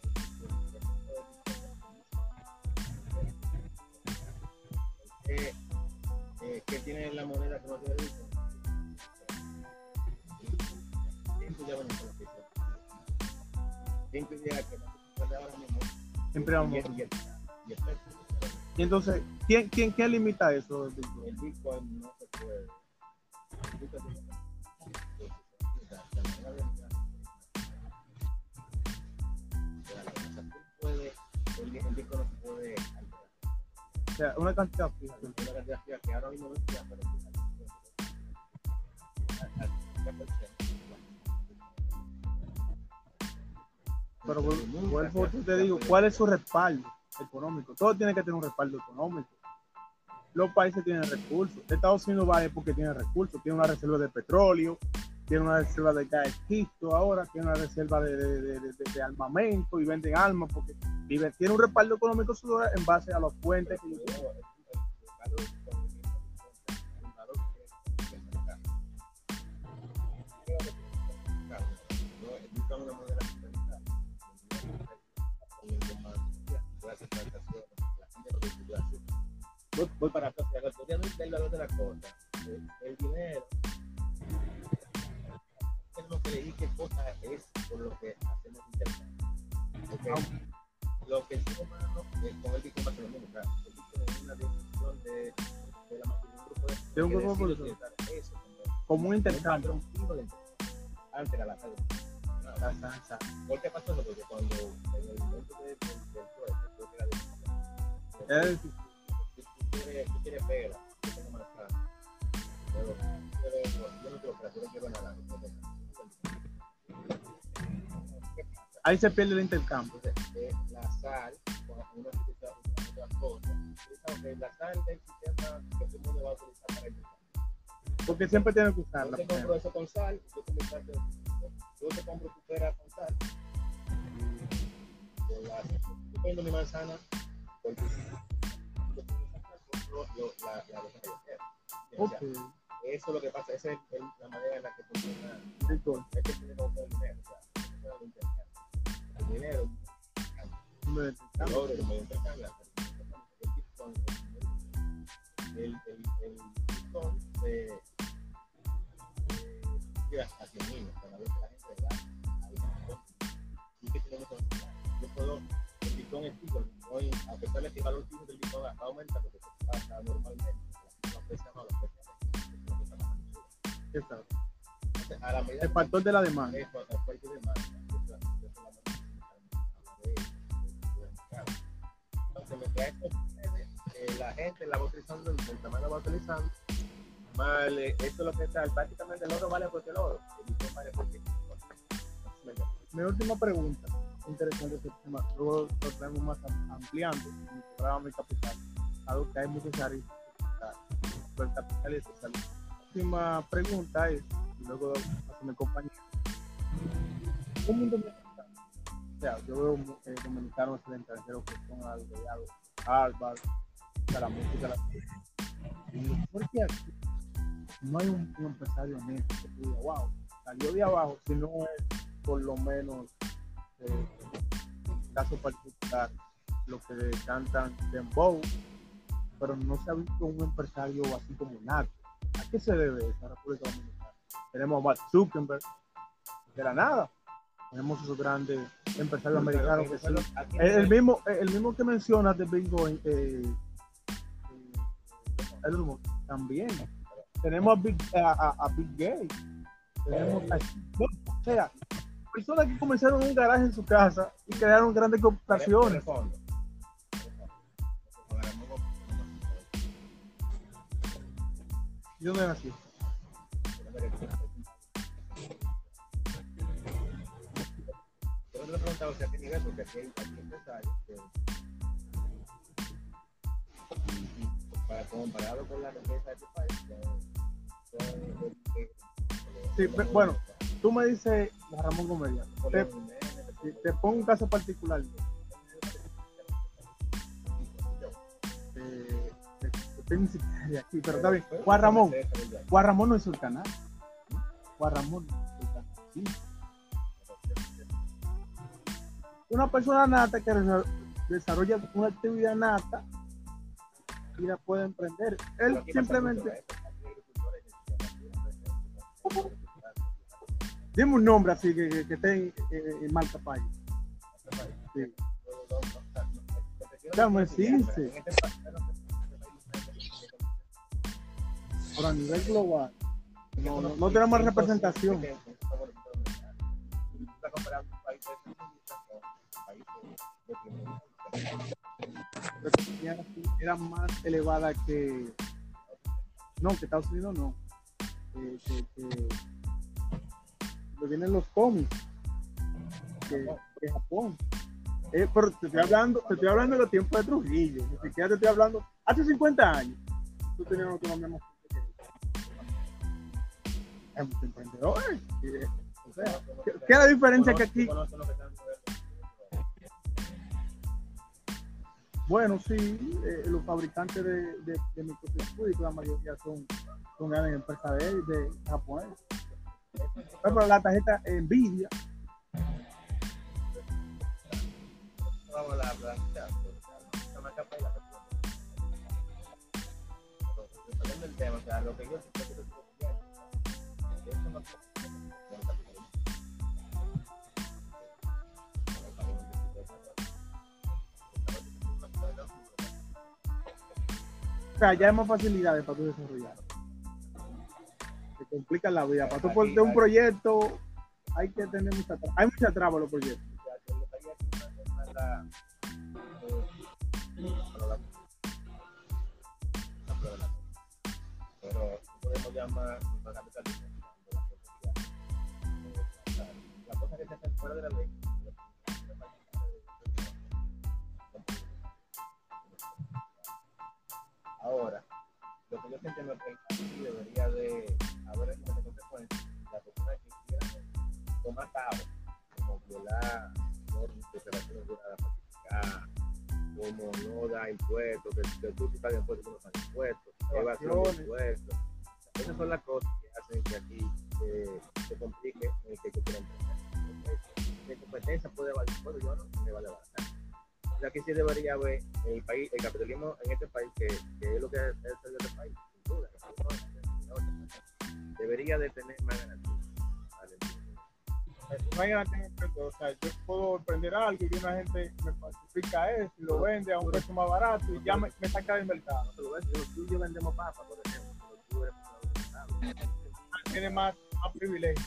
Que tiene la moneda que no tiene Bitcoin. Eso ya va en la noticia. Siempre llega que ahora mismo. Siempre vamos. Y entonces, ¿quién limita eso? El Bitcoin no se puede. El Bitcoin el Bitcoin no se puede alterar. O sea, una cantidad fija. Una cantidad fija que ahora mismo no es fija, pero Pero vuelvo, te digo, ¿cuál es su respaldo económico? Todo tiene que tener un respaldo económico. Los países tienen recursos. Estados Unidos vale porque tiene recursos. Tiene una reserva de petróleo, tiene una reserva de gas esquisto ahora, tiene una reserva de armamento y venden armas porque tiene un respaldo económico en base a los puentes que ellos tienen. Voy para atrás, ya no es el valor de la cosa. El dinero es lo que le dije, qué cosa es por lo que hacemos intercambio. Okay. Lo que el ser humano con el Bitcoin va a ser lo mismo. El Bitcoin es una decisión de la mayoría de un grupo de eso como un intercambio. Antes era la calle. ¿Por qué pasó eso? Porque cuando en el momento del era tú quieres pera, yo tengo más plata. Pero yo no quiero pera, yo no quiero nada. Ahí se pierde el intercambio. Entonces, la sal, cuando uno utiliza otras cosas, la sal del sistema que todo el mundo va a utilizar para el intercambio. Porque siempre tiene que usarla. Yo te compro eso con sal, yo te compro tu pera con sal. Yo vendo mi manzana por tu okay. Eso es lo que pasa, esa es la manera en la que funciona. Es que tiene que buscar el dinero, el dinero, el oro, el intercambio, el Bitcoin se llega a 100,000, cada vez que la gente da al Bitcoin. Y que tenemos que yo puedo, el Bitcoin es fijo, a pesar de que el valor fijo del Bitcoin aumenta, porque se pasa normalmente, la presión no, la presión exacto. Entonces, a la medida el factor de la demanda. El factor de demanda. Entonces, mientras esto sucede, la gente la va utilizando, el tamaño la va utilizando. Vale, eso es lo que está. Prácticamente el oro vale porque el oro. El Bitcoin vale porque Mi última pregunta, interesante este tema, luego lo traemos más ampliando en el programa Mi Capital, algo que hay muchos aristas, pero el capital y el social. La última pregunta es, y luego a mi compañero, ¿cómo un dominicano? O sea, yo veo dominicanos extranjeros que son agregados a Harvard, a la música, ¿por qué aquí no hay un empresario honesto que diga, wow, salió de abajo, si no es por lo menos en caso particular lo que cantan dembow, pero no se ha visto un empresario así como Nato? ¿A qué se debe esa República Dominicana? Tenemos a Mark Zuckerberg, de la nada. Tenemos esos grandes empresarios americanos que son el mismo que mencionas de Bitcoin, Elon Musk también. tenemos a Bill Gates, tenemos o sea, personas que comenzaron un garaje en su casa y crearon grandes corporaciones. ¿Y dónde nació? Yo le preguntaba si a qué nivel, porque aquí hay empresarios que, para comparado con la riqueza de este país, Sí, bueno, tú me dices Ramón Comedia. Te pongo un caso particular. Estoy ni siquiera de aquí, pero está bien. Juan Ramón no hizo el canal. Juan Ramón no hizo el canal. Sí. Una persona nata que desarrolla una actividad nata y la puede emprender. Él simplemente... Dime un nombre así que esté en marca país. Sí. Ya no existe. Pero a nivel global no tenemos representación. La economía era más elevada que Estados Unidos no. Que vienen los cómics que Japón. Pero te estoy hablando de los tiempos de Trujillo, ni siquiera te estoy hablando hace 50 años. Tú tenías una economía más hay muchos emprendedores. O sea, ¿qué es la diferencia que aquí? Bueno, sí, los fabricantes de microcircuitos, la mayoría son grandes empresas de japonesas. Pero la tarjeta Nvidia. El tema, o sea, lo que yo o sea, ya hay más facilidades para tu desarrollar. Te complican la vida. Para tú ponerte un proyecto, hay que tener hay mucha traba en los proyectos. Pero podemos llamar capitalismo la cosa que se hace fuera de la ley. Ahora, lo que yo entiendo es que aquí debería de haber una consecuencia. La persona que quiera tomar cabo, como violar normas de operaciones de la como no da impuestos, que tú pagas impuestos, no pagas impuestos, evasión de impuestos. Esas son las cosas que hacen que aquí se complique el que yo quiera emprender. De competencia puede valer impuestos, yo no me vale baratar. O sea, aquí sí debería haber el capitalismo en este país, que es lo que es el otro país, sin duda. Debería de tener más garantías. No hay garantía, o sea, yo puedo emprender algo y una gente me falsifica eso y lo vende a un precio más barato y ya me saca del mercado. Tú y yo vendemos papas, por ejemplo, pero tú eres un mercado. Tiene más privilegios.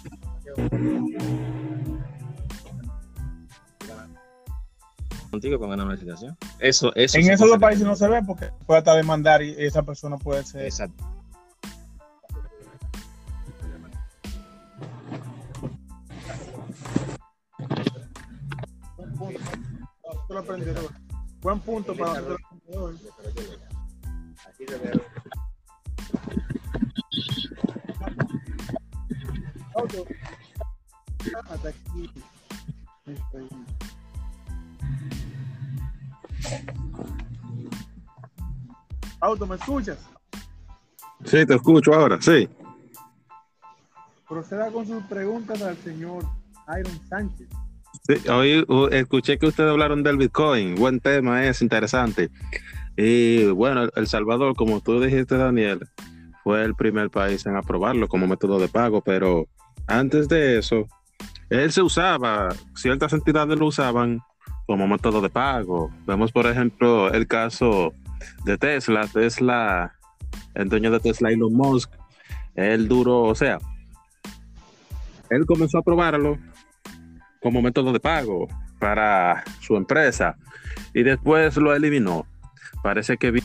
Contigo con ganar una licitación. Eso en esos dos países no se ve porque puede hasta demandar y esa persona puede ser. Exacto. Buen punto para nosotros los emprendedores. Aquí debe haber. Hasta aquí. Auto, ¿me escuchas? Sí, te escucho ahora, sí. Proceda con sus preguntas al señor Iron Sánchez. Sí, hoy escuché que ustedes hablaron del Bitcoin. Buen tema, es interesante. Y bueno, El Salvador, como tú dijiste, Daniel, fue el primer país en aprobarlo como método de pago, pero antes de eso, él se usaba, ciertas entidades lo usaban como método de pago. Vemos, por ejemplo, el caso de Tesla, el dueño de Tesla, Elon Musk, Él duró, o sea, él comenzó a probarlo como método de pago para su empresa y después lo eliminó. Parece que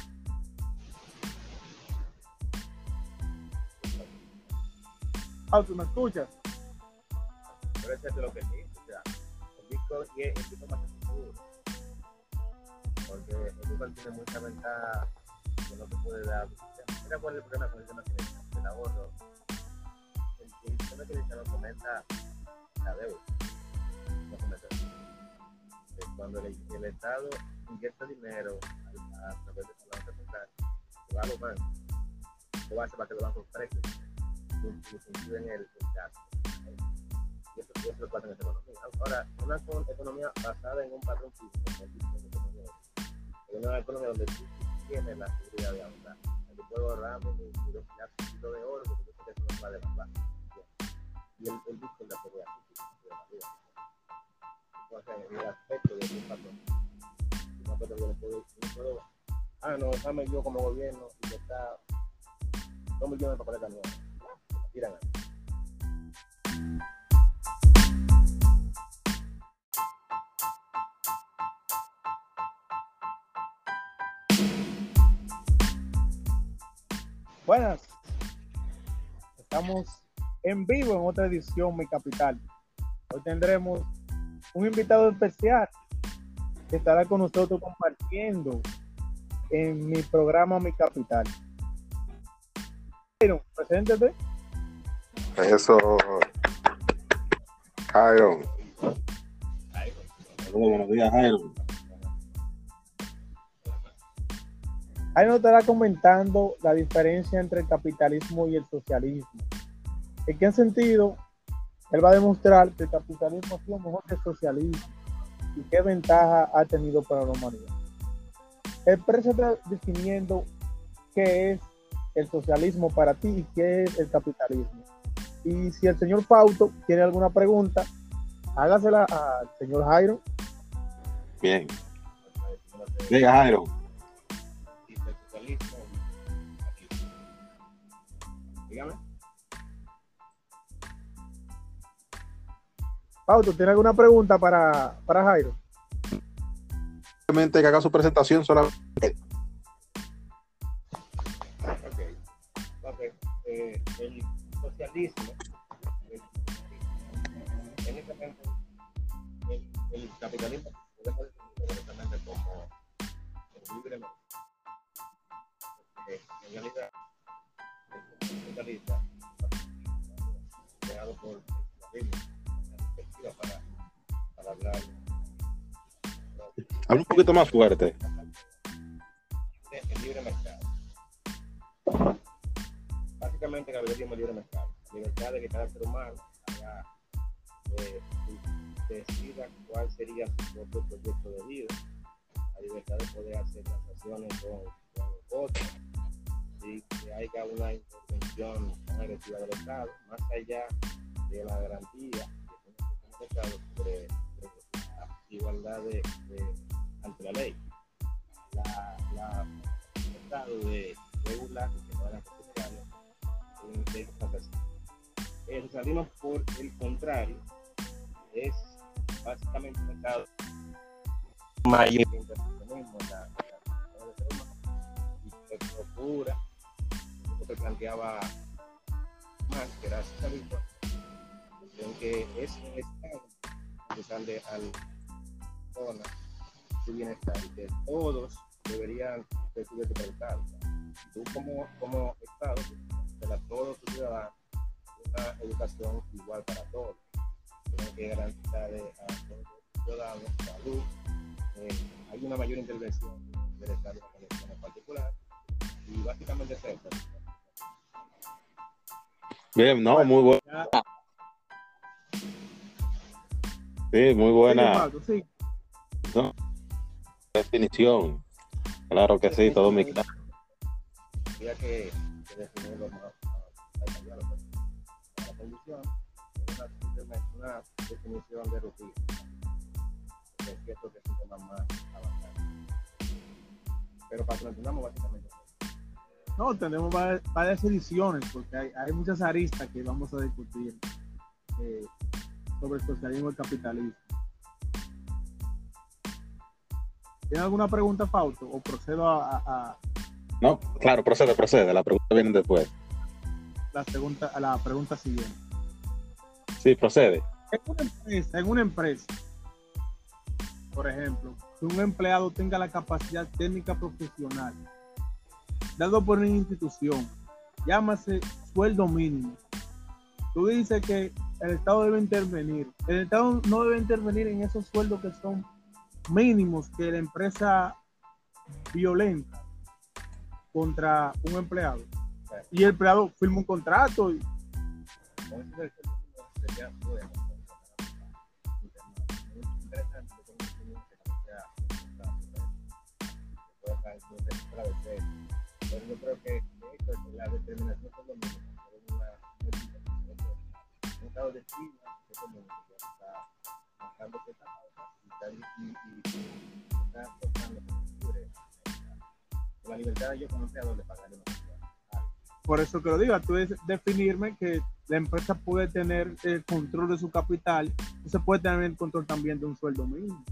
¿Tú me escuchas? Pero eso es lo que dice, o sea, el Bitcoin y el Bitcoin más seguro. Porque el Bitcoin tiene mucha ventaja que no te puede dar. Mira cuál es el problema con el tema financiero, el ahorro. El sistema financiero fomenta la deuda. No fomenta la deuda. Cuando el Estado inyecta dinero a través de la banca central, se va a los bancos, lo va a hacer para que los bancos presten, incluso en el gasto. Y eso es lo que pasa en esta economía. Ahora, una economía basada en un patrón físico, una economía donde tú tienes la seguridad de ahorrar. Yo puedo ahorrarme un kilo de oro porque yo sé que eso no va a devaluar. Y el Bitcoin la puede hacer. Entonces, en el aspecto de un patrón, un aspecto que yo no puedo, no, dame yo como gobierno y que está 2 millones de papeletas nuevas. Tiran ahí. Buenas, estamos en vivo en otra edición Mi Capital. Hoy tendremos un invitado especial que estará con nosotros compartiendo en mi programa Mi Capital. Pero, preséntate. eso, Jairo. Buenos días, Jairo. Ahí nos estará comentando la diferencia entre el capitalismo y el socialismo. ¿En qué sentido? Él va a demostrar que el capitalismo ha sido mejor que el socialismo y qué ventaja ha tenido para la humanidad. Él está definiendo qué es el socialismo para ti y qué es el capitalismo. Y si el señor Fausto tiene alguna pregunta, hágasela al señor Jairo. Bien. Diga, Jairo. Dígame. Fausto, ¿tiene alguna pregunta para Jairo? Simplemente que haga su presentación solamente. El socialismo, técnicamente, el capitalismo podemos definirlo directamente como el libre mercado. En realidad, el capitalista creado por el socialismo, para hablar. Habla un poquito más fuerte. El libre mercado. Básicamente, capitalismo es libre mercado. La libertad de que cada ser humano haga, decida cuál sería su propio proyecto de vida. La libertad de poder hacer transacciones con otros. Y que haya una intervención tan agresiva del Estado, más allá de la garantía que tiene el Estado sobre la igualdad ante la ley. El Estado de regular que no hagan sociales de transacciones. El socialismo, por el contrario, es básicamente un Estado mayor que intervencionismo en la de ser humano y que procura lo que planteaba más que era socialismo, en que es un Estado que al zona su bienestar y que todos deberían recibir su bienestar. Tú como Estado para todos tus ciudadanos una educación igual para todos. Tienen que garantizar a todos los ciudadanos salud. Hay una mayor intervención del Estado en particular y básicamente es eso. Bien, no, muy bueno. Sí, muy buena ¿no? definición. Claro que sí, todo mi claro. Había que definirlo más detallado. La condición es una definición de rutina. Es cierto que es un tema más avanzado. Pero para que lo entendamos básicamente. No, tenemos varias ediciones porque hay muchas aristas que vamos a discutir eh, sobre el socialismo y el capitalismo. ¿Tiene alguna pregunta, Fausto? ¿O procedo a No, claro, procede. La pregunta viene después. a la pregunta siguiente? Sí, procede. En una empresa, por ejemplo, que un empleado tenga la capacidad técnica profesional dado por una institución, llámase sueldo mínimo. Tú dices que el Estado debe intervenir. El Estado no debe intervenir en esos sueldos que son mínimos que la empresa violenta contra un empleado. Y el empleado firma un contrato. Pero yo creo que la determinación es lo mismo. Un estado de China, que es como que está marcando esta causa y está tocando la libertad de yo como empleador de pagarle una cantidad. Por eso que lo diga, tú debes definirme que la empresa puede tener el control de su capital y se puede tener el control también de un sueldo mínimo.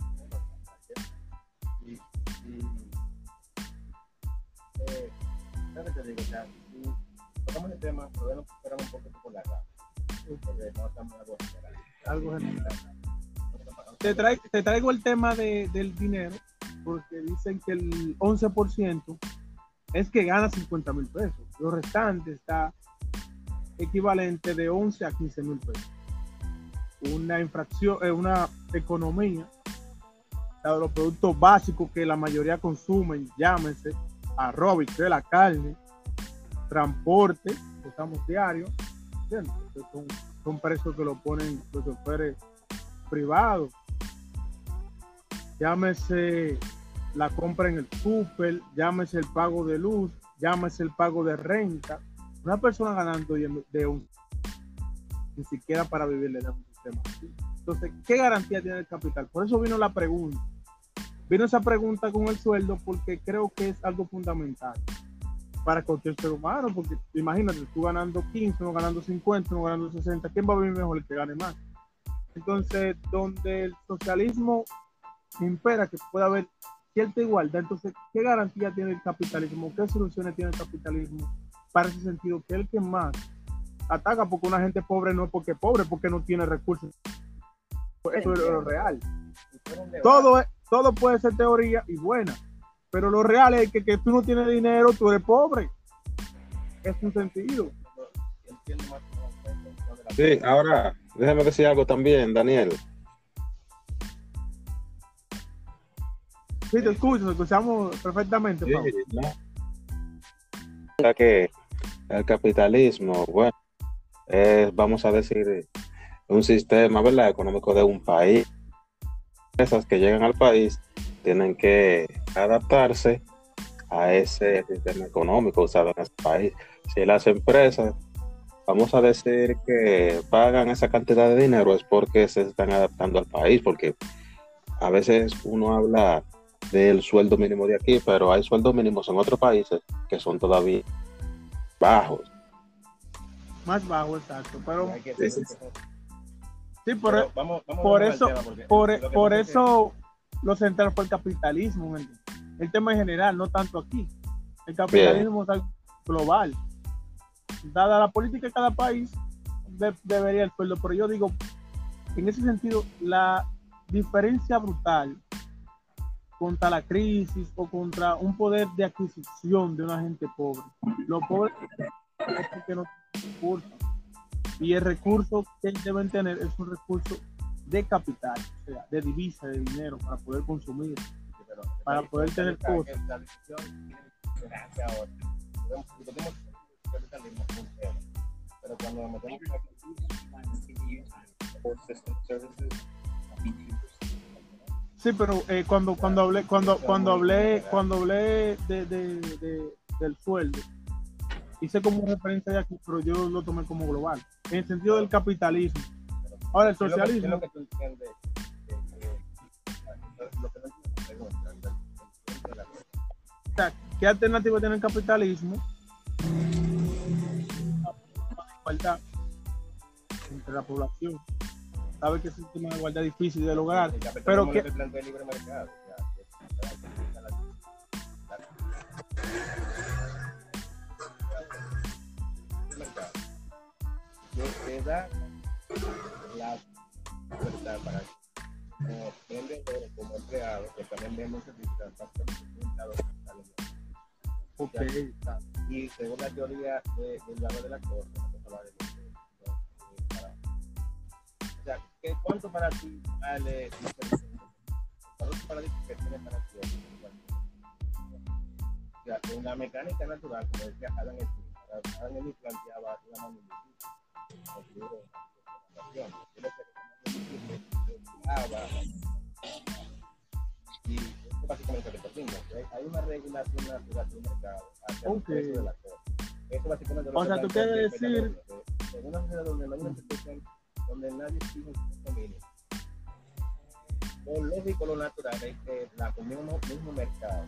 ¿Sabes qué te digo? O sea, si tocamos el tema, podemos esperar un poquito por la rama, porque no estamos Algo general. Te traigo el tema del dinero, porque dicen que el 11% es que gana 50 mil pesos. Lo restante está equivalente de 11 a 15 mil pesos. Una infracción, una economía, de los productos básicos que la mayoría consumen, llámese arroz, de la carne, transporte, que estamos diarios, son precios que lo ponen los choferes privados, llámese la compra en el súper, llámese el pago de luz, llámese el pago de renta. Una persona ganando ni siquiera para vivir le da un sistema así. Entonces, ¿qué garantía tiene el capital? Por eso vino la pregunta. Vino esa pregunta con el sueldo porque creo que es algo fundamental para cualquier ser humano, porque imagínate, tú ganando 15, no ganando 50, no ganando 60, ¿quién va a vivir mejor? El que gane más. Entonces, donde el socialismo impera que pueda haber cierta igualdad, entonces, ¿qué garantía tiene el capitalismo? ¿Qué soluciones tiene el capitalismo para ese sentido? Que el que más ataca, porque una gente pobre no es porque es pobre, porque no tiene recursos. Eso es lo real. Todo puede ser teoría y buena, pero lo real es que tú no tienes dinero, tú eres pobre. Es un sentido. Sí, ahora déjame decir algo también, Daniel. Sí, te escuchamos perfectamente, Sí, Pablo. ¿no? Ya que el capitalismo, bueno, es, vamos a decir, un sistema, ¿verdad?, económico de un país. Empresas que llegan al país tienen que adaptarse a ese sistema económico usado en ese país. Si las empresas, vamos a decir que pagan esa cantidad de dinero, es porque se están adaptando al país, porque a veces uno habla del sueldo mínimo de aquí, pero hay sueldos mínimos en otros países que son todavía bajos. Más bajo, exacto. Pero Sí, por eso lo central fue el capitalismo. El tema en general, no tanto aquí. El capitalismo es global. Dada la política de cada país, debería el sueldo. Pero yo digo, en ese sentido, la diferencia brutal contra la crisis o contra un poder de adquisición de una gente pobre. Los pobres es porque no tienen recursos. Y el recurso que deben tener es un recurso de capital, o sea, de divisa, de dinero, para poder consumir, para poder tener cosas. Pero cuando nos metemos sí, pero cuando hablé del sueldo, hice como referencia de aquí, pero yo lo tomé como global, en el sentido del capitalismo. Ahora, el socialismo. Lo que tú entiendes, lo que no entiendes, O sea, ¿qué alternativa tiene el capitalismo? Igualdad entre la población. Sabe que ese sistema de igualdad es difícil de lograr, El capitalismo pero es que lo que plantea el libre mercado. Que da la libertad para como vendedores, como empleados, que también vemos servicios, ok, y según la teoría del valor de la cosa, o sea, ¿cuánto para ti vale ¿cuánto para ti que tiene para ti? O sea, en la mecánica natural, como decía Adam Smith planteaba una magnitud y esto básicamente lo que decimos. Hay una regulación natural del mercado hacia el precio de la cosa. Eso básicamente o sea, tú quieres decir en una sociedad donde no hay una situación donde nadie exige un costo mínimo. Lo lógico, lo natural es que la mismo mercado.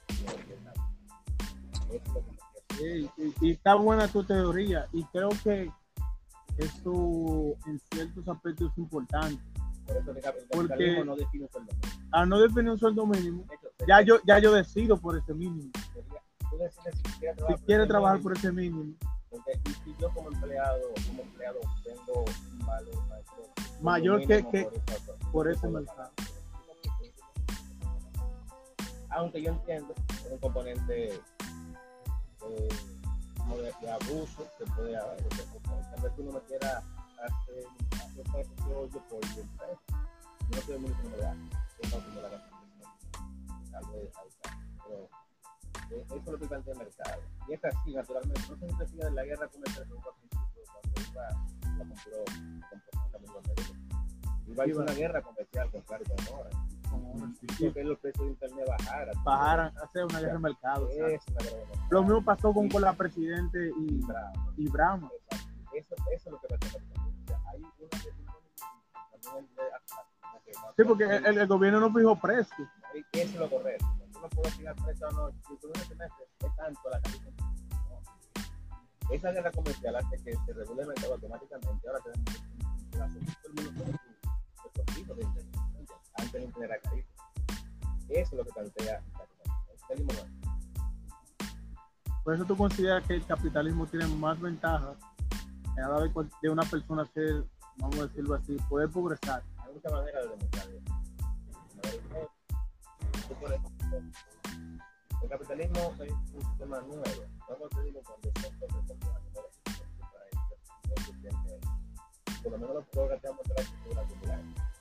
y está buena tu teoría y creo que eso en ciertos aspectos es importante. Por eso el capitalismo no define un sueldo mínimo. Al no definir un sueldo mínimo, ya yo decido por ese mínimo. Tú decides Si quieres trabajar por ese mínimo. Porque si yo como empleado tengo un valor mayor que por ese mercado. Aunque yo entiendo que es un componente como de abuso que puede haber. Tal vez tú no me quieras hacer yo por el precio. Yo no estoy muy familiar. Yo no tengo la gasolina. Tal vez ahí está. Pero eso es lo que plantea el mercado. Y es así, naturalmente. No se necesita de la guerra comercial que hubo al principio cuando la compró iba a ir una guerra comercial con Claro y con Hora. Que los precios de internet bajaran, hacer una guerra de mercado. Es una guerra de mercado. Lo mismo pasó con la Presidente y Brahma. Eso es lo que pasa. Hay una también sí, porque el gobierno no fijó precio. Eso es lo correcto. Tú no puedes fijar precio, no. Si tú no te metes, es tanto la calidad. No. Esa guerra comercial hace que se regule el mercado automáticamente. Ahora tenemos la solución del mundo con de internet. Antes no era carísimo. Eso es lo que plantea el capitalismo. Por eso tú consideras que el capitalismo tiene más ventajas a la hora de una persona ser, vamos a decirlo así, poder progresar. Hay muchas maneras de demostrarlo. El capitalismo es un sistema nuevo. Vamos a decirlo cuando por lo menos los programas de la cultura popular.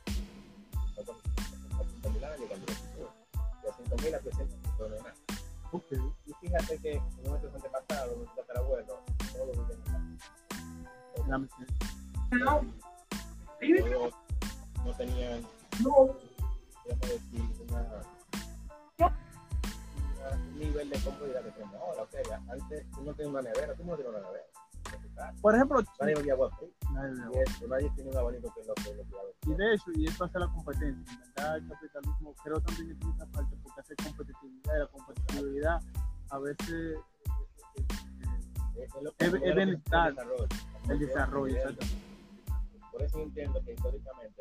De 5.000 a 300 millones. Okay. Y fíjate que en nuestro antepasado, nuestro tatarabuelo, todos viven no tenían, un nivel de comodidad que tenemos ahora. O sea, antes tú no tenías una nevera, tú no tenías una nevera. Por ejemplo, nadie bebía agua fría. Nadie tiene un abanico que lo y de eso, y eso hace la competencia. En verdad, el capitalismo creo también que tiene esa parte porque hace competitividad, y la competitividad a veces es bienestar, el desarrollo. Por eso yo entiendo que históricamente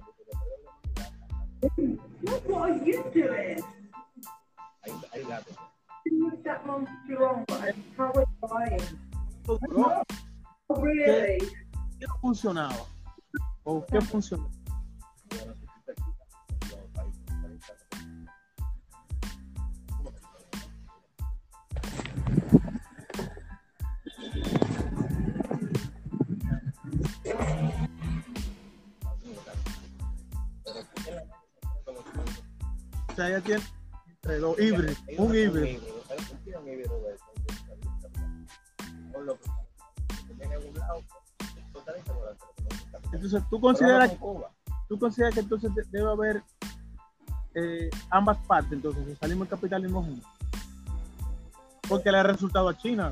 What are you doing? hay datos. You use that long too long, but how are you buying? Oh, really? ¿Qué funcionaba? ¿O qué funcionaba? O sea, ella tiene entre dos híbridos, un híbrido. Entonces, ¿tú consideras que entonces debe haber ambas partes? Entonces, si salimos del capitalismo juntos. Porque le ha resultado a China.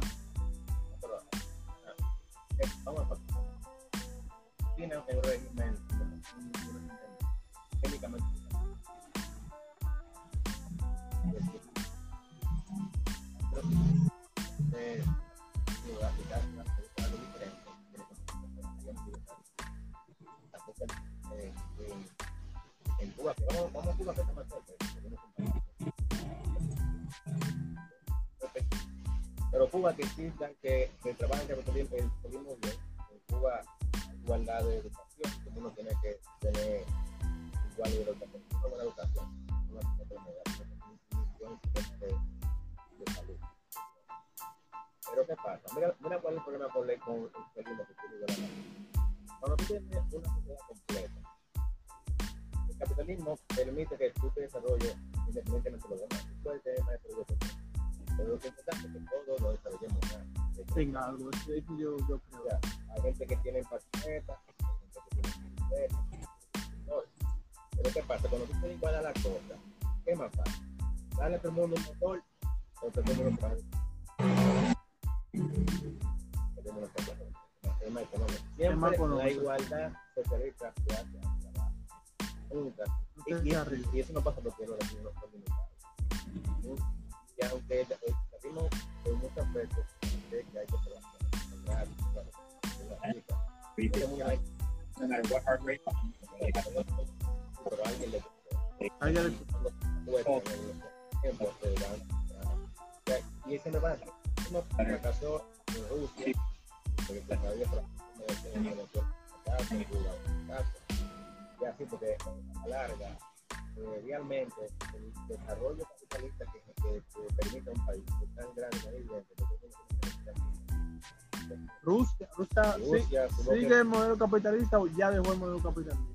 China es un régimen técnicamente Cuba que existan, que trabajan el capitalismo bien. En Cuba hay igualdad de educación, como uno tiene que tener igual de educación, una buena educación, una enfermedad, de salud. Pero ¿qué pasa? Mira cuál es el problema con el capitalismo que tiene la nación. Cuando tú tienes una sociedad completa, el capitalismo permite que tú te desarrolles independientemente de los demás. Tú puedes tener más desarrollo que tú. Pero lo que importante es que todos lo desarrollemos más. Tenga algo, eso yo creo. Ya, hay gente que tiene patineta, hay gente que tiene bicicleta. Pero ¿qué pasa? Cuando tú te igualas la cosa, ¿qué es más fácil? Darle a todo el mundo un motor o todo el mundo para el tema económico. Siempre la igualdad socialista se hace hacia abajo. Nunca. Y eso no pasa porque los latinos son limitados. Y aunque el capitalismo en muchos aspectos cree que hay que trabajar, no matter what heart rate, pero alguien le y ese me va fracasó en Rusia porque todavía y así porque a la larga realmente el desarrollo capitalista que permite a un país tan grande Rusia sigue el modelo capitalista o ya dejó el modelo capitalista.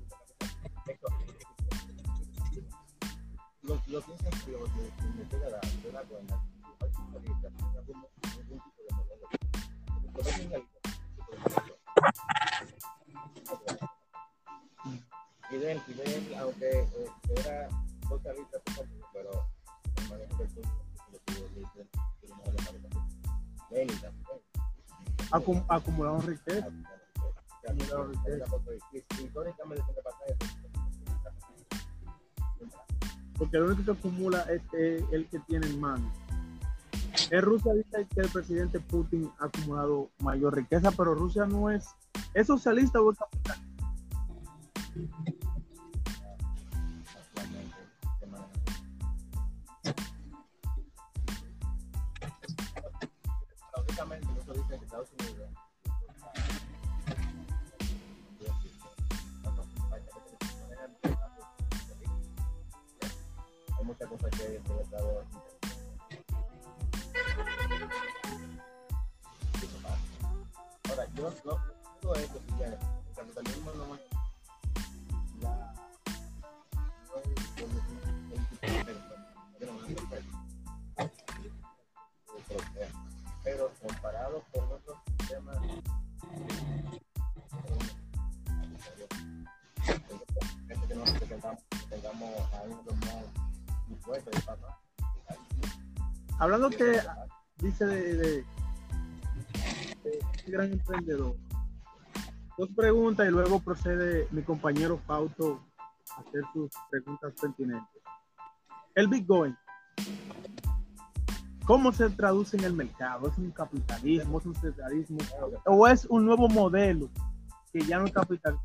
Los ciencias que me queda de la cuenta algún tipo de modelo. Fidel, aunque era socialista, pero el manejo del Acumularon riqueza. Porque el único que acumula es el que tiene en mano. En Rusia dice que el presidente Putin ha acumulado mayor riqueza, pero Rusia no es socialista o es capitalista. Nosotros dicen que Estados Unidos hay muchas cosas que el Estado ahora yo todo esto que ya el capitalismo no es pero comparado con otros sistemas que tengamos años más impuestos y para hablando que dice de este gran emprendedor, dos preguntas y luego procede mi compañero Fausto a hacer sus preguntas pertinentes. El Bitcoin, ¿cómo se traduce en el mercado? ¿Es un capitalismo? ¿Es un socialismo? ¿O es un nuevo modelo que ya no es capitalismo?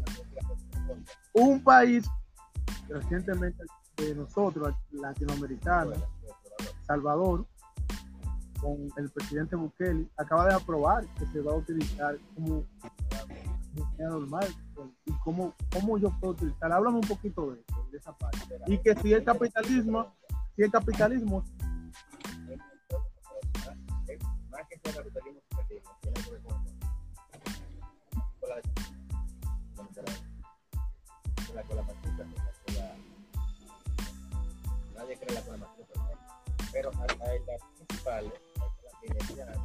Un país recientemente de nosotros, latinoamericanos, Salvador, con el presidente Bukele, acaba de aprobar que se va a utilizar como moneda normal. ¿Y cómo yo puedo utilizar? Háblame un poquito de eso, de esa parte. Y que si el capitalismo más que sea capitalismo socialismo, tiene que ver con la marxista, nadie cree la con la marxista, pero la principal, la keynesiana,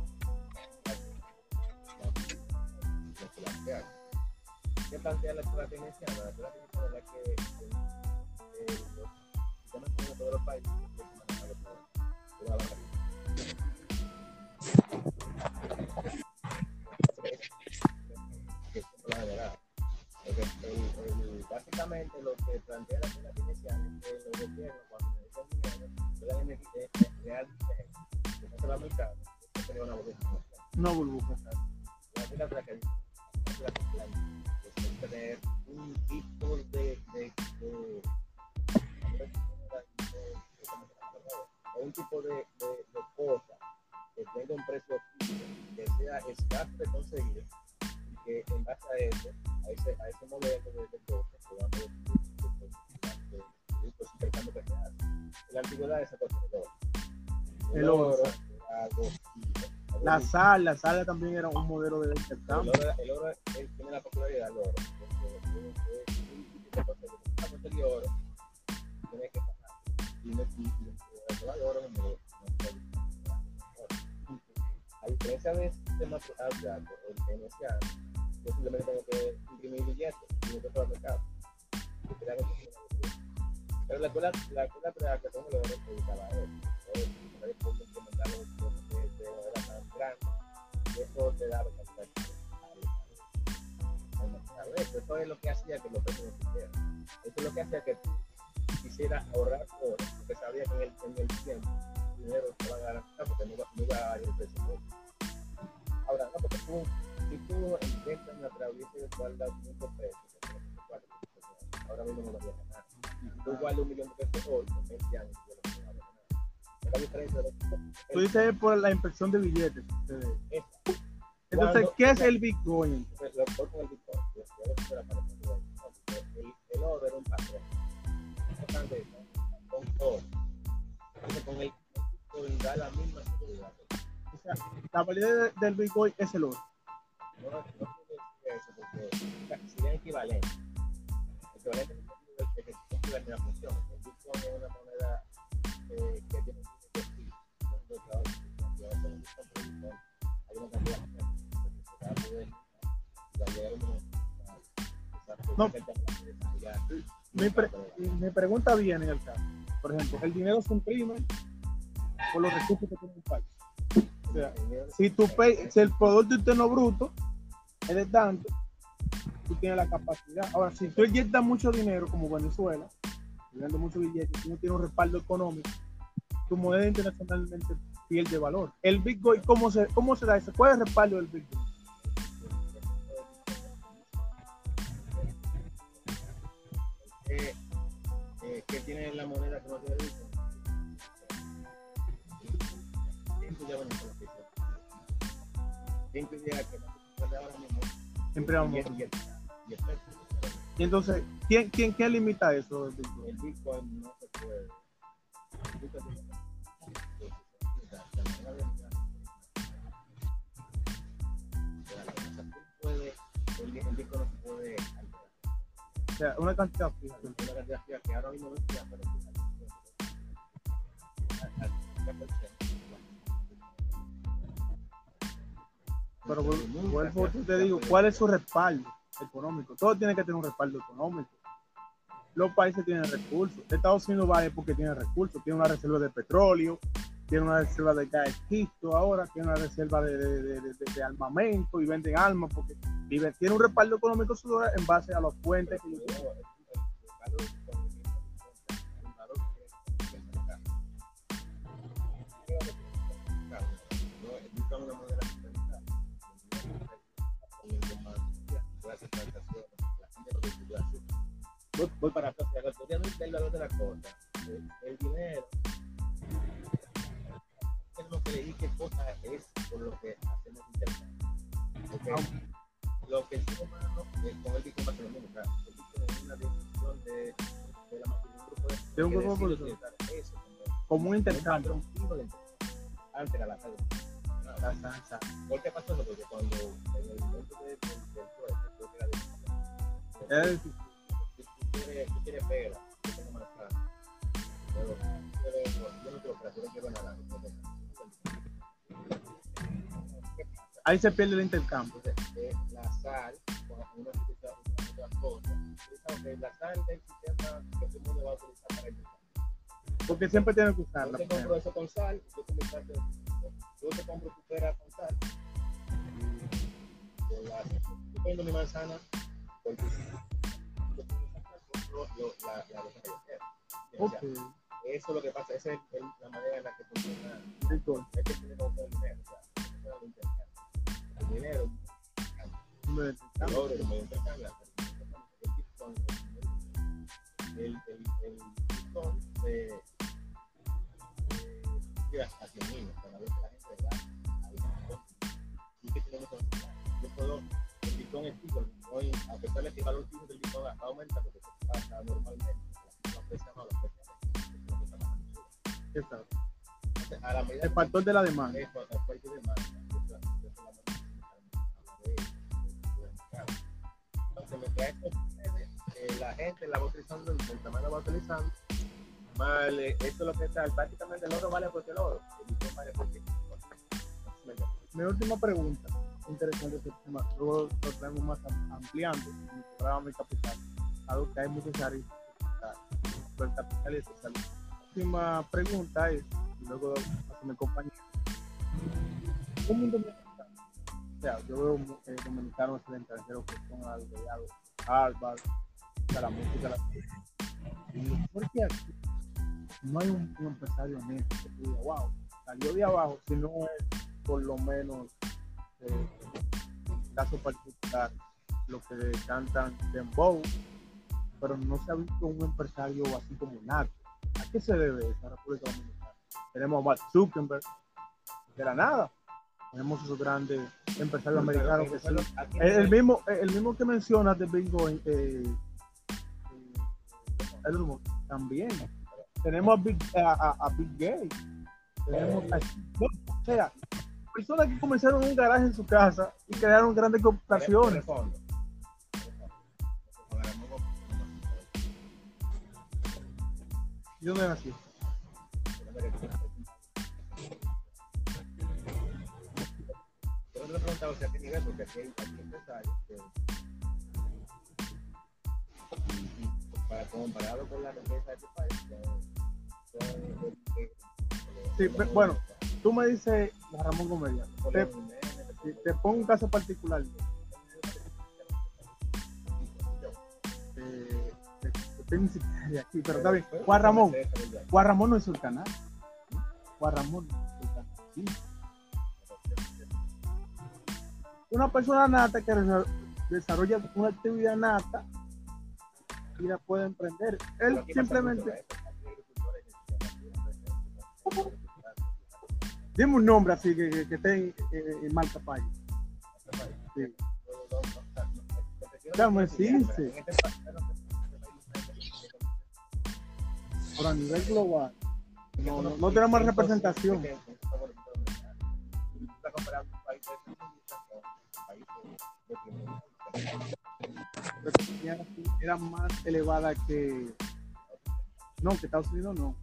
¿qué plantea la escuela keynesiana? La escuela keynesiana es la que los sistemas económicos de los países que manejan los problemas. Básicamente lo que plantea la escuela keynesiana es que los gobiernos cuando necesitan dinero puedan crear dinero que no se va a mercado, esto sería una burbuja. Una burbuja. La escuela que es tener un tipo de un tipo de cosas que de un precio fijo que sea escaso de conseguir y que en base a eso, a ese modelo de negocio, podamos los intercambios que se hacen. En la antigüedad esa cosa del oro. El oro. Era algo fijo. La sal también era un modelo de intercambio. El oro tiene la popularidad del oro. Para conseguir oro, tienes que pagar. Y el oro no a diferencia de sistema abstracto, el NSA, yo simplemente tengo que imprimir billetes y no tengo que mercado. Pero la escuela que tengo el oro se dedicaba a eso. El punto que mandarlo de era tan grande, y eso te daba capital al mercado. Eso es lo que hacía que los precios no subieran. Eso es lo que hacía que tú quisieras ahorrar oro, porque sabía que en el tiempo el dinero te va a garantizar porque no iba a ir el precio mucho. Ahora, no, porque si tú intentas una traviesa de guardar 500 pesos, ahora mismo no lo voy a ganar. Tú guardas $1 millón hoy, en 20 años, yo no voy a ganar. Es la diferencia de Tú dices por la impresión de billetes. Entonces, ¿qué es el Bitcoin? Lo que con el Bitcoin, el oro era un patrón. Con oro. Entonces, con el Bitcoin da la misma seguridad. O sea, la validez del Bitcoin es el oro. No quiero decir eso porque sería equivalente. Equivalente es que cumple la misma función. El Bitcoin es una moneda que tiene un estilo. Hay una cantidad de no, mi pregunta viene en el caso. Por ejemplo, el dinero se imprime por los recursos que tiene un país. O sea, si el Producto Interno Bruto es de tanto, tú tienes la capacidad. Ahora, si tú inyectas mucho dinero, como Venezuela, teniendo muchos billetes, tú no tienes un respaldo económico, tu moneda internacionalmente pierde valor. El Bitcoin, ¿cómo se da eso? ¿Cuál es el respaldo del Bitcoin? ¿Qué tiene la moneda que no tiene Bitcoin? ¿Quién pudiera que ahora mismo? Siempre vamos. Y entonces, ¿quién limita eso del Bitcoin? El Bitcoin no se puede. El Bitcoin no se puede alterar. O sea, una cantidad fija. Una cantidad fija que ahora mismo no es fija, pero Pero vuelvo, te digo, ¿cuál es su respaldo económico? Todo tiene que tener un respaldo económico. Los países tienen recursos. Estados Unidos vale porque tiene recursos. Tiene una reserva de petróleo, tiene una reserva de gas esquisto ahora, tiene una reserva de armamento y venden armas porque tiene un respaldo económico en base a los puentes que ellos tienen. Voy para atrás, la teoría del valor de la cosa. El dinero es lo que leí qué cosa es por lo que hacemos intercambio. Okay. Lo que el ser humano con el Bitcoin va a ser lo mismo. El Bitcoin es una decisión de la mayoría de un grupo de eso como un intercambio. Antes era la sal. ¿Por qué pasó eso? Porque cuando en el momento del cohete, era difícil. Tú quieres pera, yo tengo manzana. Pero yo no quiero pera, yo no quiero nada. Ahí se pierde el intercambio. Entonces, la sal, cuando uno utiliza otras cosas, la sal del sistema que todo el mundo va a utilizar para el intercambio. Porque siempre tienen que usarla. Yo te compro eso con sal, yo te compro tu pera con sal. Yo vendo mi manzana por tu okay. Eso es lo que pasa, esa es la manera en la que funciona. Es que tiene que usar el dinero, el dinero, el oro, el medio intercambio, el Bitcoin hacia el niño, cada vez que la gente va son estímulos, hoy, a pesar de que el valor fijo del Bitcoin aumenta, porque pasa normalmente, la empresa no, la empresa no, la empresa no. Exacto. Entonces, a la medida El factor de la demanda. el factor de demanda, entonces, mientras esto sucede, la gente la va utilizando, el tamaño la va utilizando, vale, eso es lo que está, prácticamente el oro vale porque el oro, el Bitcoin vale porque Mi última pregunta, interesante este tema, luego lo traemos más ampliando mi programa Mi Capital, algo que hay muchos áreas sobre el capital y social. La última pregunta es, y luego a mi compañero, un mundo dominicano, o sea, yo veo dominicanos en el extranjero que son algo Harvard, la música, ¿por qué aquí no hay un empresario honesto que diga, wow, salió de abajo, si no es por lo menos caso particular, lo que cantan Dembow, pero no se ha visto un empresario así como Nato? ¿A qué se debe esa República Dominicana? Tenemos a Mark Zuckerberg, de la nada. Tenemos esos grandes empresarios americanos que sí. El mismo que mencionas de Bingo, también. Tenemos a Big Gay. Tenemos o sea, personas que comenzaron en un garaje en su casa y crearon grandes corporaciones. ¿Y dónde nació? Yo le he preguntado si a qué nivel, porque aquí hay empresarios que, comparado con la riqueza de este país, sí, bueno, tú me dices Ramón Gómez, te pongo un caso particular. Ni siquiera de aquí, pero está bien. Juan Ramón no hizo el canal. Juan Ramón no hizo el canal. Sí. Una persona nata que desarrolla una actividad nata y la puede emprender. Él simplemente. Dime un nombre así que esté en marca país. Sí. Dame, sí. Pero a nivel global no tenemos representación. Era más elevada que Estados Unidos no,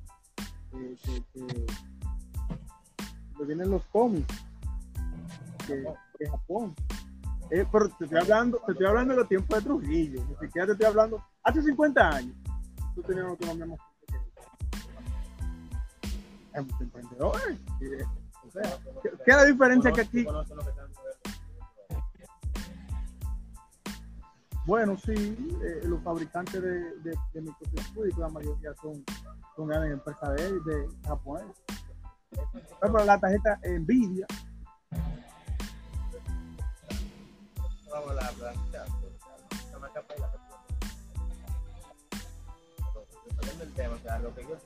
que vienen los cómics que Japón. Pero te estoy hablando de los tiempos de Trujillo, ni siquiera te estoy hablando hace 50 años. Tú tenías una autonomía más hay muchos emprendedores. O sea, ¿qué es la diferencia que aquí? Bueno, sí, los fabricantes de microplastics, la mayoría son grandes empresas de japonesas. Pero la tarjeta Nvidia. O sea, lo que yo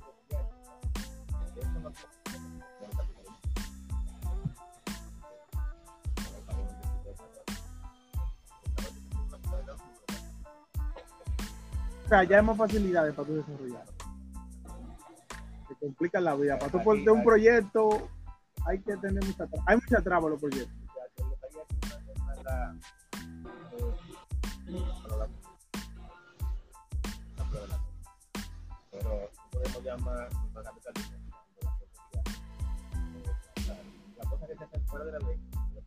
o sea, ya hay más facilidades para tu desarrollar. Te complican la vida. Para tú ponerte un proyecto, hay que tener hay mucha traba en los proyectos. Pero podemos llamar capitalismo. La cosa que se hace fuera de la ley.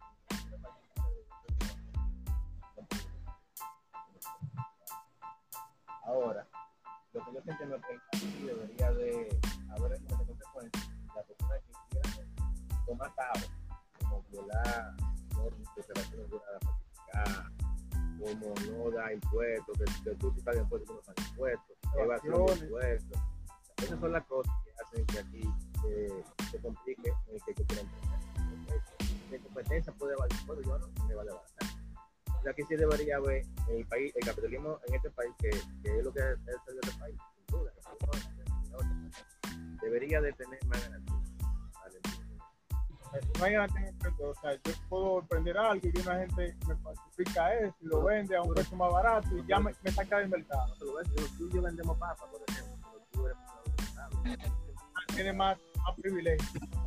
Ahora, lo que yo entiendo es que aquí debería de haber una consecuencia. La persona que quiera tomar cabo, como violar normas de operaciones juradas particular, como no da impuestos, que tú pagas impuestos, tú no pagas impuestos, evasión de impuestos. Esas son las cosas que hacen que aquí se complique en el que yo quiera emprender. De competencia puede valer, pero yo no me vale baratar. O sea, aquí sí debería haber el capitalismo en este país, que es lo que es el de este país, sin duda, debería de tener más garantías. imagínate, o sea, yo puedo emprender algo y una gente me falsifica eso y lo vende a un precio más barato y ya me saca del mercado. No te lo ves, tú y yo vendemos papas, por ejemplo, pero tú eres profesional del mercado. Tiene más privilegios.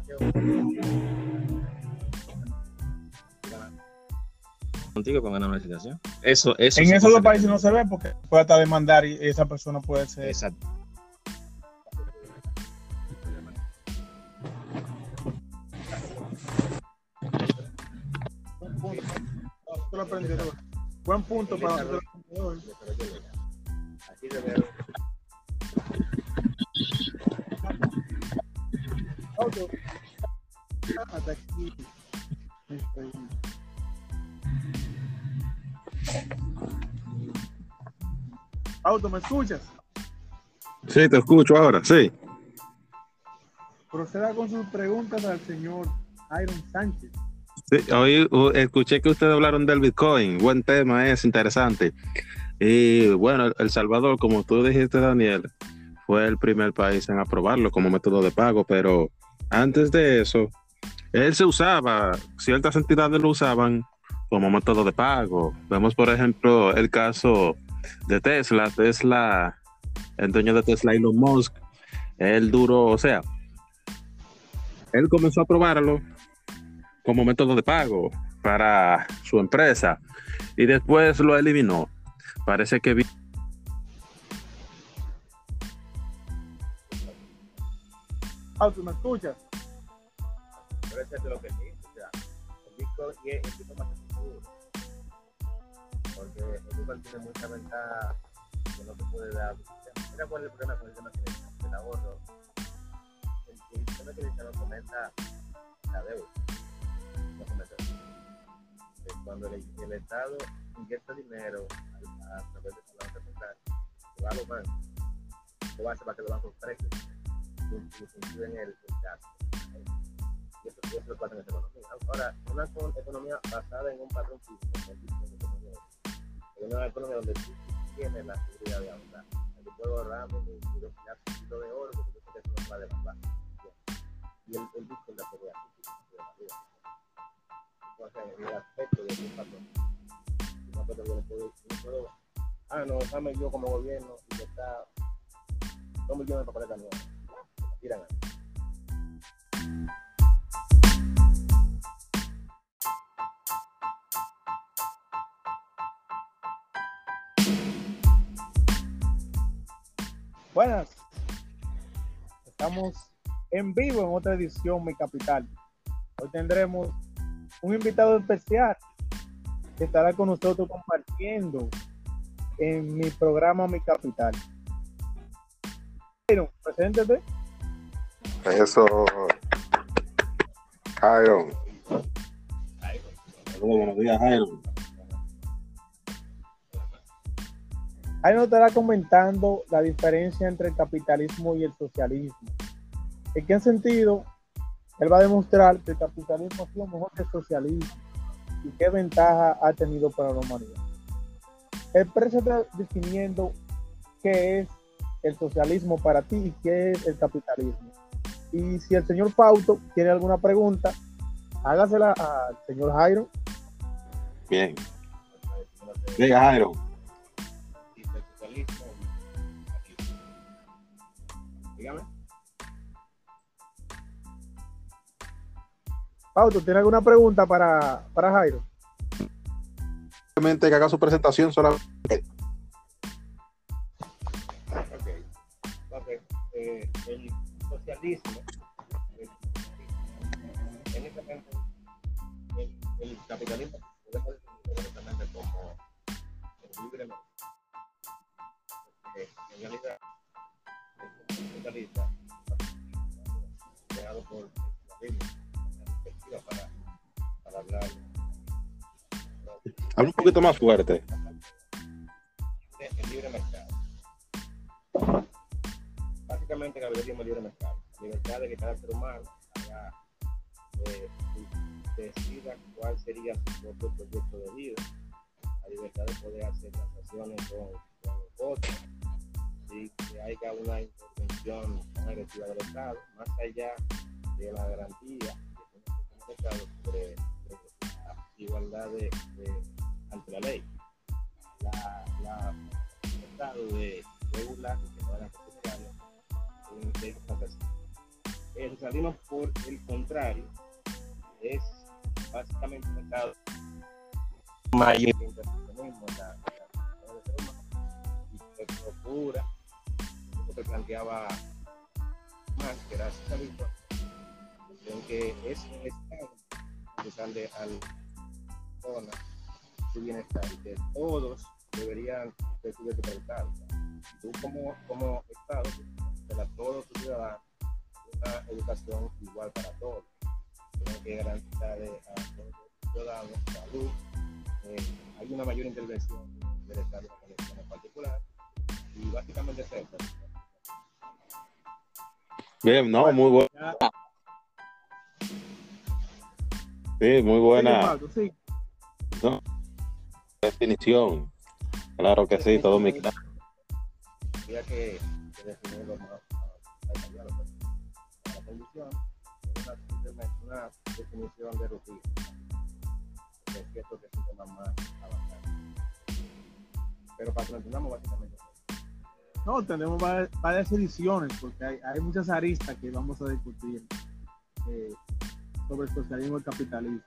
Contigo con ganar una licitación. Eso En sí esos puede dos ser países no se ve porque puede hasta demandar y esa persona puede ser. Exacto. Buen punto. Nosotros los emprendedores. Buen punto para nosotros los emprendedores. Aquí se ve. Auto. Hasta aquí. Auto, ¿me escuchas? Sí, te escucho ahora, sí. Proceda con sus preguntas al señor Iron Sánchez. Sí, hoy escuché que ustedes hablaron del Bitcoin. Buen tema, es interesante. Y bueno, El Salvador, como tú dijiste, Daniel, fue el primer país en aprobarlo como método de pago, pero antes de eso, él se usaba, ciertas entidades lo usaban como método de pago. Vemos, por ejemplo, el caso de Tesla. Tesla, el dueño de Tesla, Elon Musk, él duró, o sea, él comenzó a probarlo como método de pago para su empresa y después lo eliminó. Parece que Auto, ¿me escuchas? Pero eso es lo que dice, o sea, el Bitcoin y el Bitcoin más seguro. Porque el Bitcoin tiene mucha ventaja que no te puede dar. Mira cuál es el problema con el tema del ahorro. El sistema financiero fomenta la deuda. No fomenta la deuda. Cuando el Estado invierte dinero a través de la banca central, se va a los bancos. Lo hace para que los bancos presten y incluyen el gasto. Y eso es lo que pasa en esta economía. Ahora, una economía basada en un patrón físico, es una economía donde tú tienes la seguridad de ahorrar. Yo puedo ahorrarme mi kilo de oro porque yo sé que eso no va a devaluar. Y el Bitcoin la puede hacer. Entonces, en el aspecto de un patrón, un aspecto que no puedo, no, dame yo como gobierno y que está 2 millones de papeletas nuevas. Tiran ahí. Buenas. Estamos en vivo en otra edición, Mi Capital. Hoy tendremos un invitado especial que estará con nosotros compartiendo en mi programa Mi Capital. Pero, preséntate. eso, Jairo. Buenos días, Jairo. Ahí nos estará comentando la diferencia entre el capitalismo y el socialismo. ¿En qué sentido? Él va a demostrar que el capitalismo ha sido mejor que el socialismo y qué ventaja ha tenido para la humanidad. El precio está definiendo qué es el socialismo para ti y qué es el capitalismo. Y si el señor Fausto tiene alguna pregunta, hágasela al señor Jairo. Bien. Diga, Jairo. Dígame. Fausto, ¿tiene alguna pregunta para Jairo? Simplemente que haga su presentación solamente. El socialismo, técnicamente, el capitalismo podemos definirlo directamente como el libre mercado. En realidad, el capitalista creado por el socialismo, una perspectiva para hablar. Habla un poquito más fuerte. El libre mercado. Básicamente, el capitalismo es libre mercado. La libertad de que cada ser humano haga, decida cuál sería su propio proyecto de vida. La libertad de poder hacer transacciones con otros. Y que haya una intervención tan agresiva del Estado, más allá de la garantía que tiene sobre la igualdad ante la ley. El Estado de regular que no eran profesionales en esta persona. El socialismo, por el contrario, es básicamente un Estado mayor que intervencionismo en la y que procura lo que planteaba más, que era socialismo, en que es un Estado que sale a la zona su bienestar y que todos deberían recibir su bienestar. Tú como Estado, a todos tus ciudadanos una educación igual para todos. Tienen que garantizar a todos los ciudadanos salud. Hay una mayor intervención del Estado en particular y básicamente es eso. Bien, no, muy buena. Sí, muy buena Sí. ¿no? Definición. Claro que sí, todo mi claro. Habría que definirlo más detallado. La condición es una definición de rutina. Es cierto que es un tema más avanzado. Pero para que lo entendamos básicamente. No, tenemos varias ediciones porque hay muchas aristas que vamos a discutir sobre el socialismo y el capitalismo.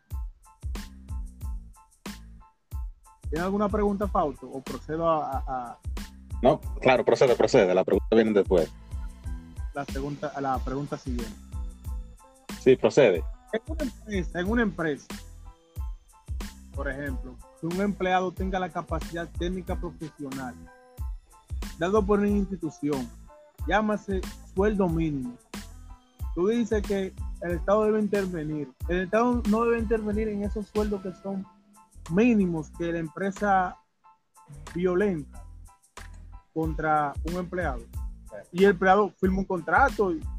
¿Tiene alguna pregunta, Fausto? ¿O procedo a No, claro, procede. La pregunta viene después. a la pregunta siguiente? Sí, procede. En una empresa, por ejemplo, que un empleado tenga la capacidad técnica profesional dado por una institución, llámase sueldo mínimo. Tú dices que el Estado debe intervenir. El Estado no debe intervenir en esos sueldos que son mínimos que la empresa violenta contra un empleado. Y el empleado firma un contrato y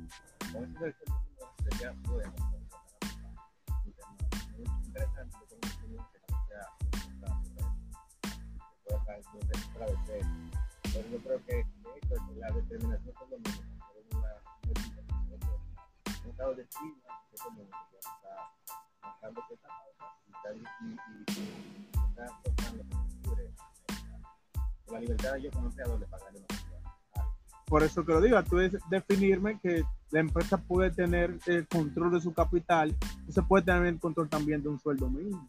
pero yo creo que la determinación por lo menos un estado de China que está marcando esta causa y está tocando la libertad de yo como empleador de pagarle una cosa. por eso que lo digo, tú debes definirme que la empresa puede tener el control de su capital y se puede tener el control también de un sueldo mínimo.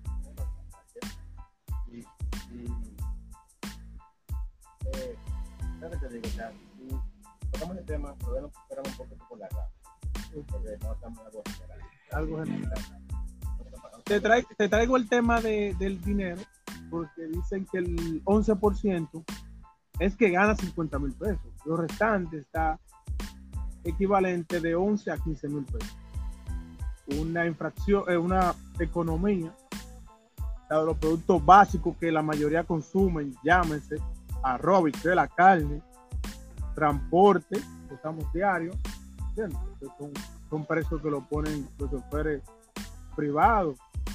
¿Sabes qué te digo? O sea, si tocamos el tema, podemos esperar un poco por la rama, porque no estamos Algo general. Te traigo el tema del dinero, porque dicen que el 11% es que gana 50,000 pesos. Lo restante está equivalente de 11 a 15,000 pesos. Una infracción, una economía, de los productos básicos que la mayoría consumen, llámese arroz, que es la carne, transporte, que usamos diario, son precios que lo ponen los choferes privados,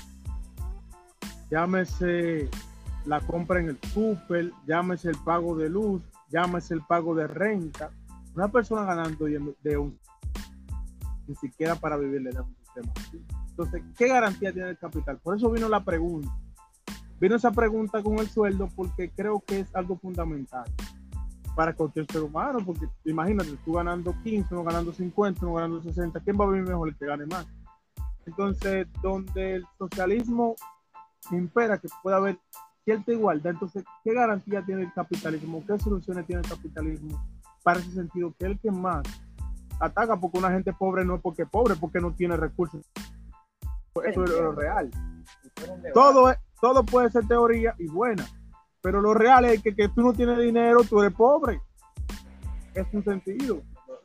llámese la compra en el súper, llámese el pago de luz, llámese el pago de renta. Una persona ganando de un ni siquiera para vivir le da un sistema así. Entonces, ¿qué garantía tiene el capital? Por eso vino la pregunta. Vino esa pregunta con el sueldo porque creo que es algo fundamental para cualquier ser humano, porque imagínate, tú ganando 15, no ganando 50, no ganando 60, ¿quién va a vivir mejor? El que gane más. Entonces, donde el socialismo impera que pueda haber cierta igualdad, entonces, ¿qué garantía tiene el capitalismo? ¿Qué soluciones tiene el capitalismo para ese sentido? Que el que más ataca, porque una gente pobre no es porque es pobre, porque no tiene recursos. Eso es lo real. Todo puede ser teoría y buena, pero lo real es que tú no tienes dinero, tú eres pobre. Es un sentido.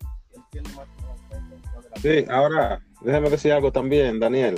Sí, ahora déjame decir algo también, Daniel.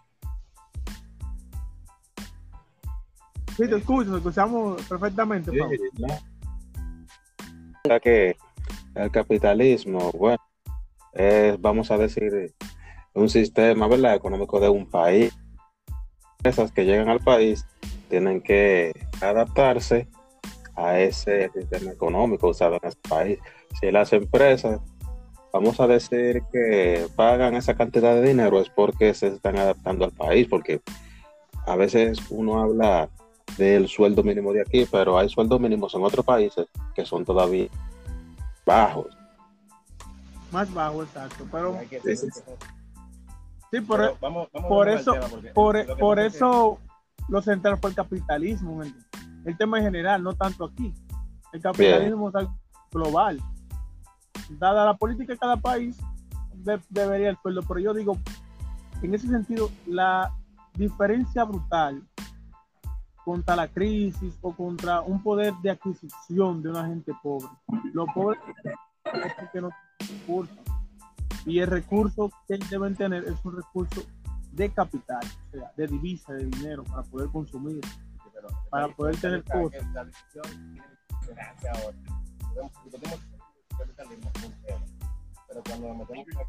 Sí, te escuchamos perfectamente. Sí, ¿no? Ya que el capitalismo, bueno, es, vamos a decir, un sistema, ¿verdad?, económico de un país. Empresas que llegan al país tienen que adaptarse a ese sistema económico usado en ese país. Si las empresas vamos a decir que pagan esa cantidad de dinero, es porque se están adaptando al país, porque a veces uno habla del sueldo mínimo de aquí, pero hay sueldos mínimos en otros países que son todavía bajos. Más bajo, exacto. Pero Hay que Sí, sí, sí, Pero vamos por al eso, tema, porque por, lo que por pasa es que- eso lo central fue el capitalismo, ¿me entiendes? El tema en general, no tanto aquí. El capitalismo es algo global. Dada la política de cada país, debería el sueldo. Pero yo digo, en ese sentido, la diferencia brutal contra la crisis o contra un poder de adquisición de una gente pobre. Los pobres es porque no tienen recursos. Y el recurso que deben tener es un recurso de capital, o sea, de divisa, de dinero, para poder consumir, pero para poder tener cosas. La decisión tiene que ser ahora. Podemos el capitalismo funciona, pero cuando nos metemos en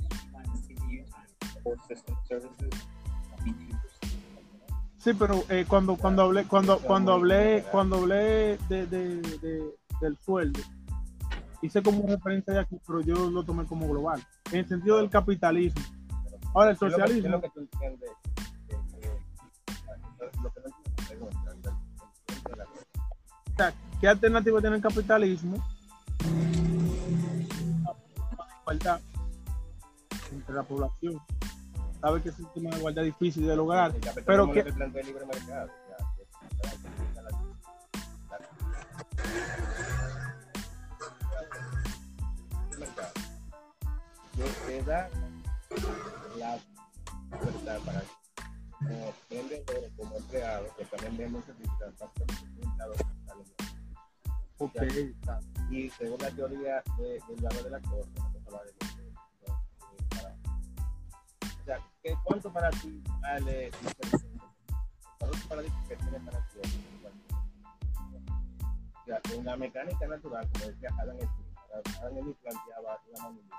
Sí, pero cuando hablé del sueldo, hice como referencia de aquí, pero yo lo tomé como global, en el sentido del capitalismo. Ahora, el ¿qué es socialismo, lo que tú entiendes? Lo que no entiendo es la pregunta. o sea, ¿qué alternativa tiene el capitalismo? Igualdad entre la población. Sabe que es un tema de igualdad difícil de lograr, El capitalismo pero es que lo que plantea el libre mercado. Que da la libertad para como vendedor, como empleado, que también venden servicios, okay. y según la teoría del valor de la cosa, o sea, ¿cuánto para ti vale ¿cuánto para ti que tiene para ti? O sea, en la mecánica natural, como decía Adam Smith planteaba una magnitud.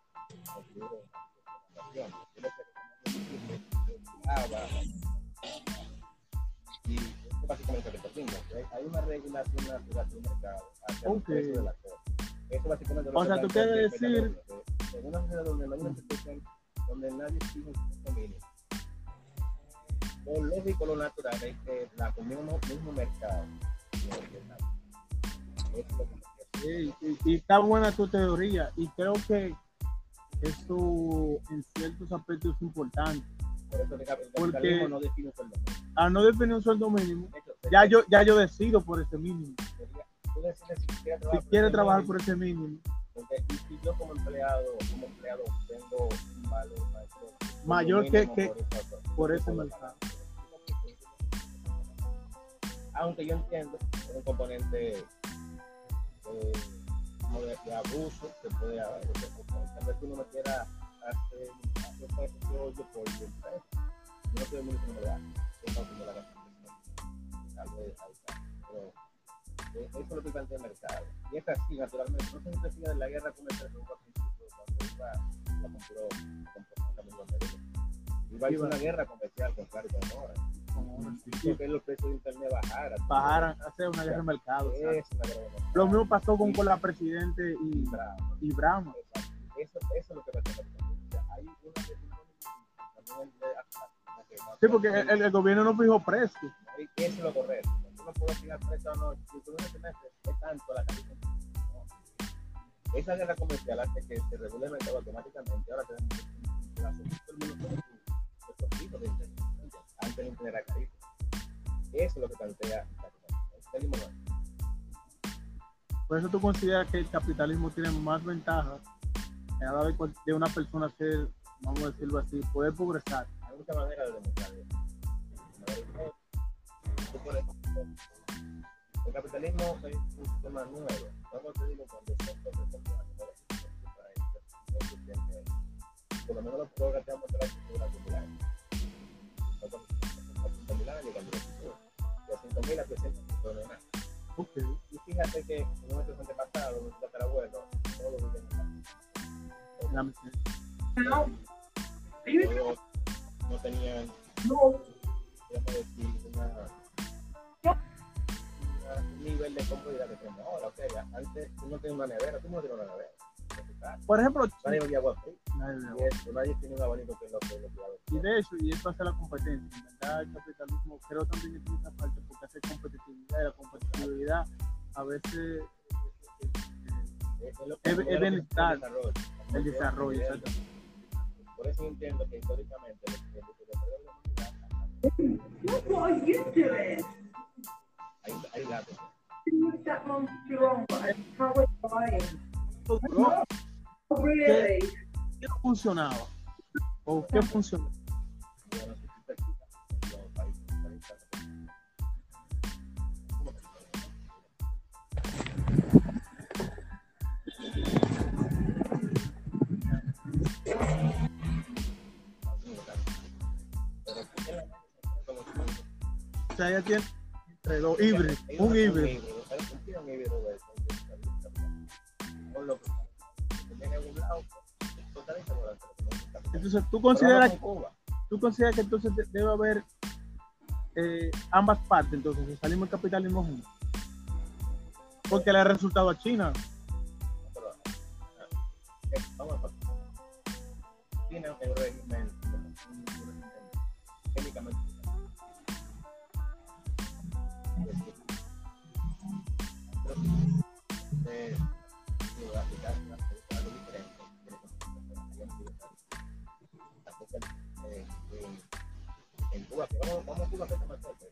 Y esto básicamente lo que termina. Hay una regulación natural del mercado hacia el precio de la cosa. Eso básicamente O sea, tú quieres decir en una sociedad donde no hay una institución, donde nadie tiene un costo mínimo. Lo lógico, lo natural es que el mismo mercado. y está buena tu teoría, y creo que eso en ciertos aspectos es importante. Por eso el capitalismo no define un sueldo mínimo. Al no definir un sueldo mínimo, ya yo decido por ese mínimo. Tú decides Si quieres trabajar por ese mínimo. Porque si yo como empleado tengo un valor mayor que por ese mercado. Aunque yo entiendo que es un componente como de abuso que puede haber, tal vez tú no me quieras hacer ese hoyo por el precio. Yo no soy muy similar, yo no tengo la gasolina, tal vez ahí está, pero eso es lo que plantea el mercado. Y es así, naturalmente, no se necesita de la guerra comercial que hubo al principio cuando la compró Camilo América. Iba a ser una guerra comercial con claro y con ahora. Que los precios de internet bajaran, hacer una guerra de mercado. Es una guerra de mercado. Lo mismo pasó con la Presidente y Brahma. Eso es lo que me está pasando. O sea, hay una también sí, porque el gobierno no fijó precio. Eso es lo correcto. Tú no puedes fijar precio, no. Si tú no te metes, es tanto la calidad. No. Esa guerra comercial hace que se regule el mercado automáticamente. Ahora tenemos la solución del mundo con estos tipos de internet. Antes de internet era carísimo. Eso es lo que plantea el capitalismo. Por eso tú consideras que el capitalismo tiene más ventajas a la hora de una persona ser, vamos a decirlo así, poder progresar. Hay muchas maneras de demostrarlo. El capitalismo es un sistema nuevo. ¿Cómo te digo? Cuando por lo menos los programas de la cultura popular. De 5.000 a 300 millones más. Okay. Y fíjate que en un presente pasado, un tatarabuelo, todos viven en la todos no tenían, digamos decir, un nivel de comodidad que tenemos ahora. O sea, antes tú no tenías una nevera, tú no tenías una nevera. Por ejemplo, Nadie bebía agua fría. Nadie- Nadie tiene un abanico que lo que y de hecho, y eso hace la competencia. En verdad, el capitalismo creo también que tiene esa parte porque hace competitividad y la competitividad a veces es bienestar, el desarrollo. Exacto. Por eso yo entiendo que históricamente el desarrollo de la Look, what are you doing? humanidad hay gatos. You moved that monkey wrong, but how are you buying? Entonces, Oh, really? ¿qué no funcionaba? ¿O qué funcionó? Bueno, si tú te fijas, los países O sea, ella tiene entre dos híbridos, un híbrido. Un híbrido de con lo que tiene un lado totalmente volante. Entonces, ¿tú consideras que entonces debe haber ambas partes, entonces, si salimos del capitalismo juntos? Porque le ha resultado a China. Vamos a pasar. Tiene un régimen técnicamente en Cuba, vamos a Cuba que está más cerca,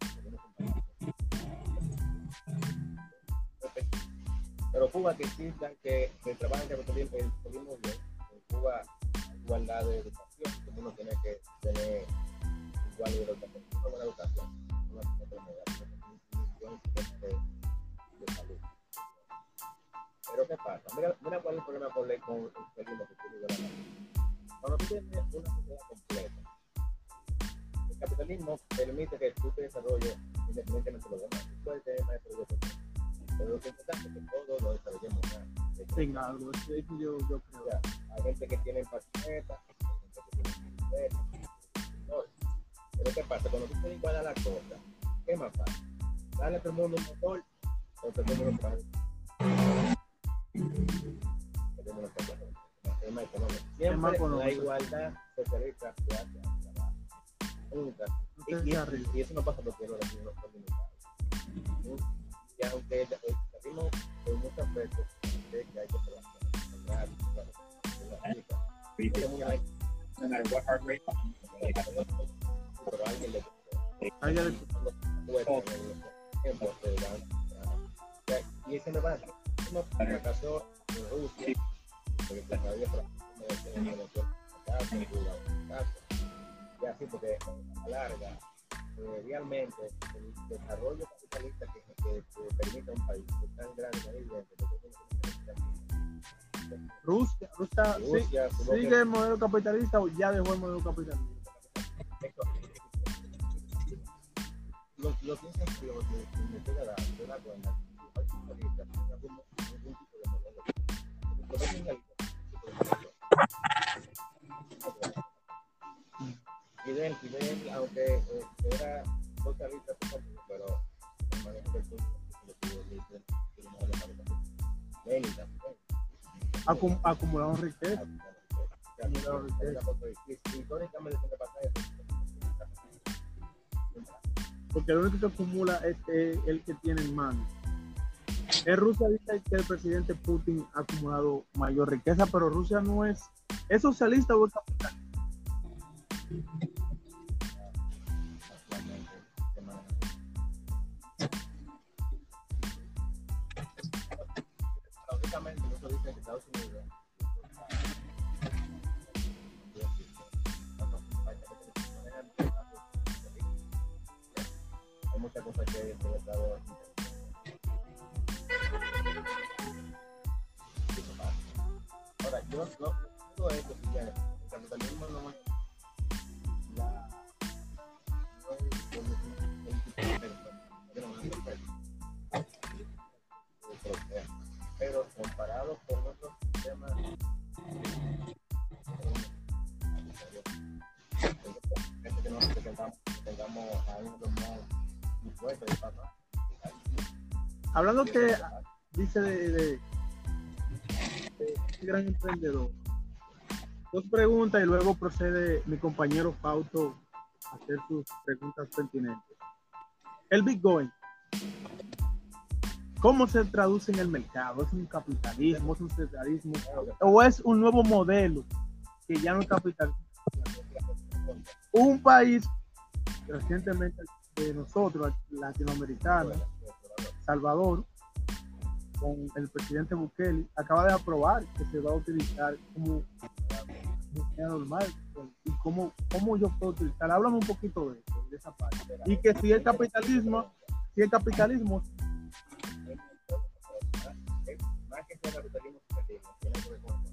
pero Cuba que exista, que trabajen que el bien, en Cuba hay igualdad de educación, como uno tiene que tener igual de educación, una buena educación, una enfermedad, de salud. Pero ¿qué pasa? Mira cuál es el problema con el feminismo que tiene la nación. Cuando tú tienes una sociedad completa, el capitalismo permite que tú te desarrolles independientemente de lo demás. Tú puedes tener más desarrollo que tú. Pero lo que es importante es que todos lo desarrollemos más. En algo, eso yo creo. Ya, hay gente que tiene patineta, hay gente que tiene bicicleta, pero ¿qué pasa? Cuando tú te igualas la cosa, ¿qué más pasa? Dale a todo el mundo un motor, o todo el mundo para es más económico. Siempre la igualdad socialista se hace hacia abajo. Nunca. Y eso no pasa porque los latinos son limitados. Y aunque el capitalismo en muchos aspectos sé que hay que trabajar, no matter what heart rate, pero alguien le y ese me va no fracasó en Rusia porque todavía y así porque a la larga realmente el desarrollo capitalista que permite a un país es tan grande Rusia sigue el modelo capitalista o ya dejó el modelo capitalista. Los piensan que los investiga la cuenta Fidel, aunque era socialista, pero el manejo del Acumularon riqueza. Históricamente se pasa eso. Porque lo único que acumula es el que tiene en mano. Rusia dice que el presidente Putin ha acumulado mayor riqueza, pero Rusia no es socialista o es capitalista. Lógicamente, eso dice que Estados Unidos hay muchas cosas que el Estado ahora, yo no todo esto si ya el capitalismo no es pero comparado con otros sistemas que nosotros tengamos a uno más impuestos y para hablando que dice de ese gran emprendedor. Dos preguntas y luego procede mi compañero Fausto a hacer sus preguntas pertinentes. El Bitcoin, ¿cómo se traduce en el mercado? ¿Es un capitalismo? ¿Es un socialismo? ¿O es un nuevo modelo que ya no es capitalismo? Un país recientemente de nosotros, latinoamericanos, Salvador, con el presidente Bukele, acaba de aprobar que se va a utilizar como moneda normal. ¿Y cómo yo puedo utilizar? Háblame un poquito de eso, de esa parte. Y que si el capitalismo, más que sea capitalismo, tiene que ver con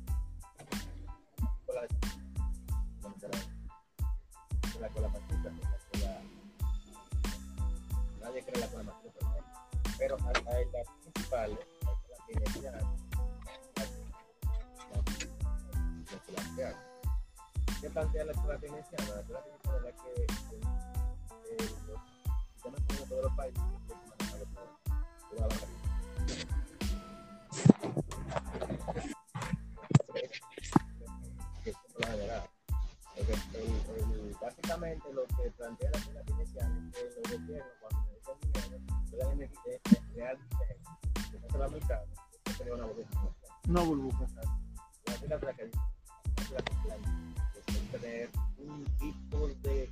la marxista, nadie cree la cola marxista, pero hay las principales, la keynesiana, la escuela. ¿Qué plantea la escuela keynesiana? La escuela keynesiana es la que los sistemas de todos los países básicamente lo que plantea la escuela keynesiana es que los gobiernos cuando necesitan dinero puedan crear dinero que no se va a mercado, eso sería una burbuja. no burbuja. La escuela que es tener un tipo de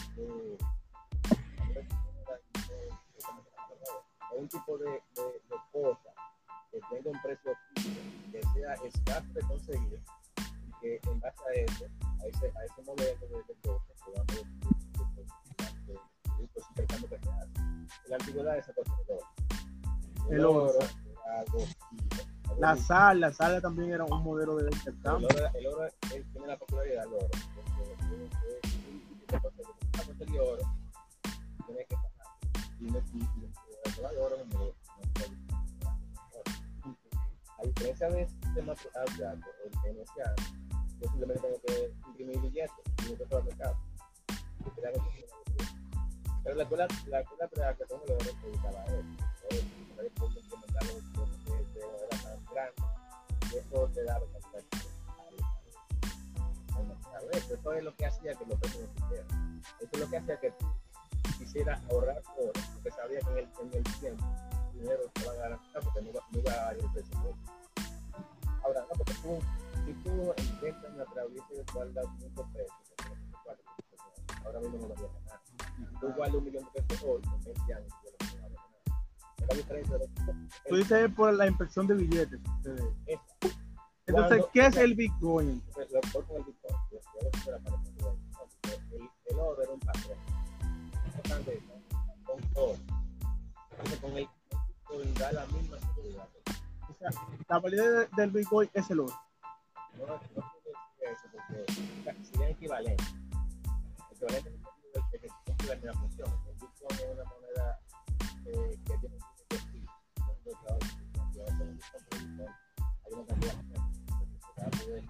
un tipo de cosa que tenga un precio fijo, que sea escaso de conseguir, y que en base a eso, a ese modelo de cosas, podamos los intercambios que se hacen. En la antigüedad esa cosa de oro. El oro era algo fijo. La sal también era un modelo de intercambio. El oro tiene la popularidad del oro. Para conseguir oro, tienes que pagar. Y el oro no a diferencia de sistema abstracto, el keynesiano, yo simplemente tengo que imprimir billetes y no tengo al mercado. Pero la escuela que tengo lo que dedicaba a eso. El punto que mercado era tan grande, y eso te daba capital al mercado. Eso es lo que hacía que los precios no existieran. Eso es lo que hacía que tú quisieras ahorrar oro, porque sabía que en el tiempo el dinero se va a garantizar porque no iba a ir el precio mucho. Ahora, no, porque si tú intentas una travesía de guardar 500 pesos, ahora mismo no lo voy a ganar. Si tú guardas $1.000.000 hoy, con 20 años, yo no voy a ganar. La diferencia de Tú dices por la impresión de billetes. Entonces, ¿qué es el Bitcoin? Lo que con el Bitcoin, el oro era un patrón. Con oro. Con el Bitcoin da la misma seguridad. O sea, la validez del Bitcoin es el oro. No quiero decir eso porque sería equivalente. Equivalente en el sentido de que equivalente a la función. El Bitcoin es una moneda que tiene un destino. Hay una cantidad de gente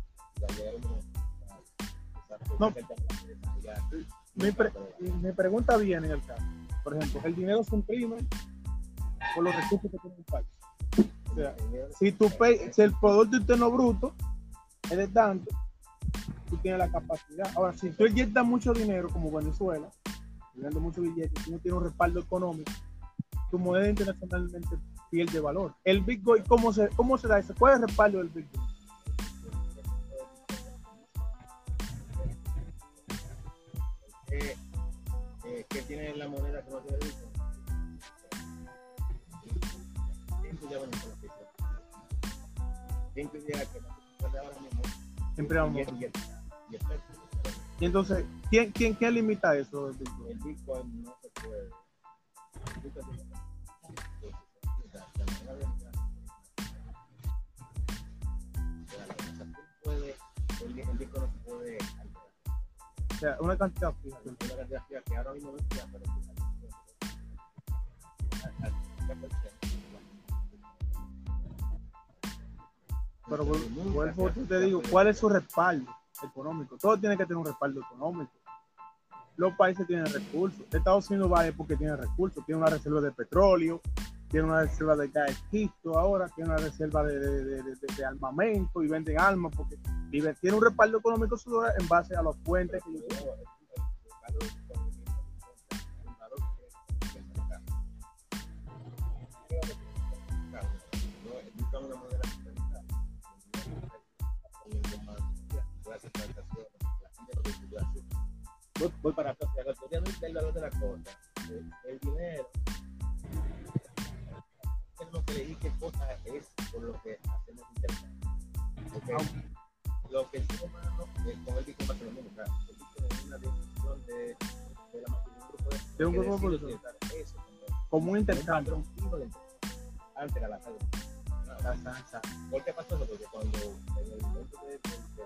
mi pregunta viene en el caso. Por ejemplo, el dinero se imprime por los recursos que tiene un país. O sea, si el Producto Interno Bruto es de tanto, tú tienes la capacidad. Ahora, si tú inyectas mucho dinero, como Venezuela, teniendo muchos billetes, tú no tienes un respaldo económico, tu moneda internacionalmente pierde valor. El Bitcoin, ¿cómo se da eso? ¿Cuál es el respaldo del Bitcoin? Que tiene la moneda que no tiene Bitcoin. Y entonces, ¿quién limita eso del Bitcoin? El Bitcoin no se puede. El Bitcoin no se puede alterar. O sea, una cantidad fija. Una cantidad fija que ahora mismo no está, pero pero vuelvo, te digo, ¿cuál es su respaldo económico? Todo tiene que tener un respaldo económico. Los países tienen recursos. Estados Unidos vale porque tiene recursos, tiene una reserva de petróleo, tiene una reserva de gas esquisto ahora, tiene una reserva de armamento y venden armas porque tiene un respaldo económico sudor en base a los puentes que ellos tienen. Voy para atrás, la teoría del valor de la cosa, el dinero, tenemos que elegir qué cosa es por lo que hacemos intercambio. Okay. Lo que el ser humano con el Bitcoin va a ser lo mismo. El Bitcoin es una decisión de la mayoría de un grupo de eso como un intercambio. Antes era la salud. ¿Por qué pasó eso? Porque cuando en el momento del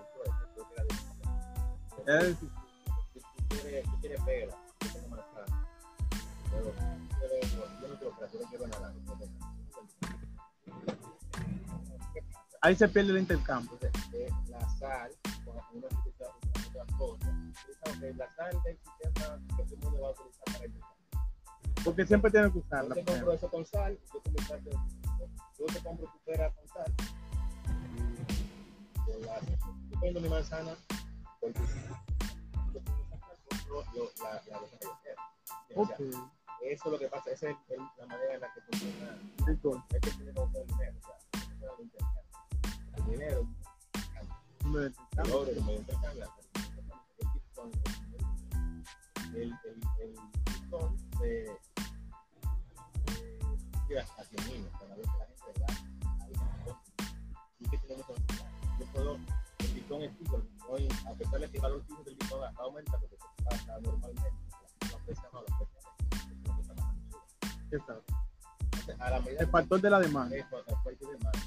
era difícil. Tú quieres pera, yo tengo manzana. Pero yo no quiero pera, yo no quiero nada. Ahí se pierde el intercambio. La sal, cuando uno utiliza otras cosas, la sal del sistema que todo el mundo va a utilizar para el intercambio. Porque siempre tienen que usarla. Yo te compro eso con sal, yo te compro tu pera con sal. Yo tengo mi manzana por tu okay. Eso es lo que pasa, esa es la manera en la que funciona. Es que tiene que usar el dinero, el dinero, el oro, el intercambio, el Bitcoin se hacia el niño, cada vez que la gente va a Bitcoin, y que tenemos que considerar. Yo puedo, el Bitcoin es fijo, hoy, a pesar de que el valor fijo del Bitcoin aumenta, porque pasa normalmente, no apreciamos los precios. Exacto. A la medida el factor de la demanda. El factor de demanda.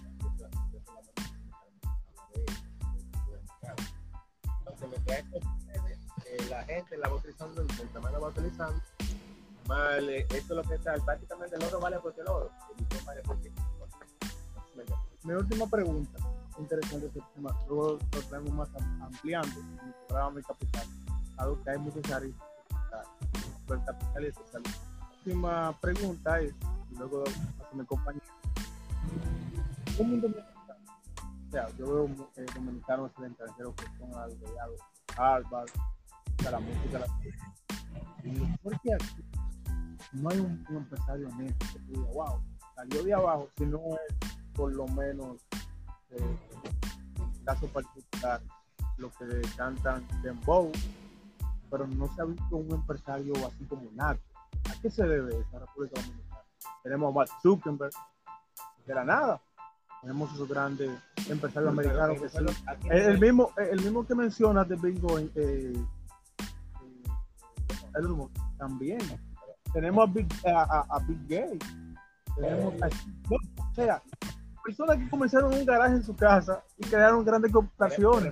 Entonces, mientras esto sucede, la gente la va utilizando, el tamaño la va utilizando. Vale, esto es lo que está. Prácticamente el oro vale porque el oro. El Bitcoin vale porque. Mi última pregunta, interesante este tema. Luego lo traemos más ampliando en el programa Mi Capital. Algo que hay muchos aristas sobre el capital y el socialismo. La última pregunta es, y luego a mi compañero, un dominicano, o sea, yo veo dominicanos en el extranjero que son aldeados, Harvard, la música, ¿por qué aquí no hay un empresario honesto que diga, wow, salió de abajo, si no es por lo menos, en caso particular, lo que cantan Dembow, pero no se ha visto un empresario así como Nato? ¿A qué se debe esa República Dominicana? Tenemos a Mark Zuckerberg, de la nada. Tenemos esos grandes empresarios americanos que son el mismo que mencionas de Bingo, también. Tenemos a Big Gay. Tenemos o sea, personas que comenzaron en un garaje en su casa y crearon grandes corporaciones.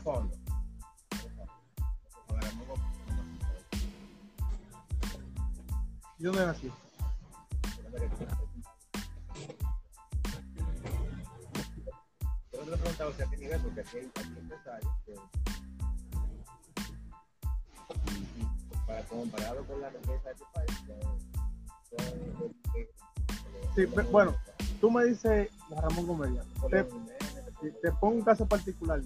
¿Y dónde nació? Yo le he preguntado si a qué nivel, porque aquí hay empresarios que, comparado con la riqueza de este país, sí, bueno, tú me dices Ramón Gomelia, te pongo un caso particular.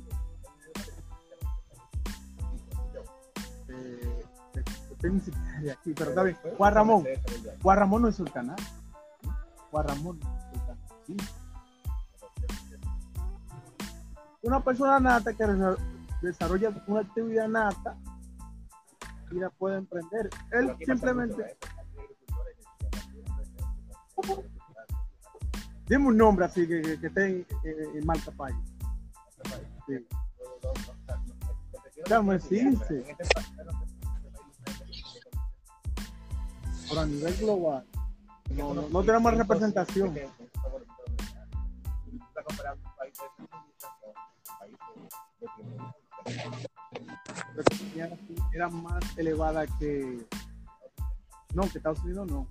De aquí, pero está bien. Juan Ramón no es el canal. Juan Ramón no es el canal. Sí. Una persona nata que desarrolla una actividad nata y la puede emprender. Él simplemente. Dime un nombre así que esté en marca país. Sí. Déjame decirse. Pero a nivel global no tenemos representación. Era más elevada que Estados Unidos no,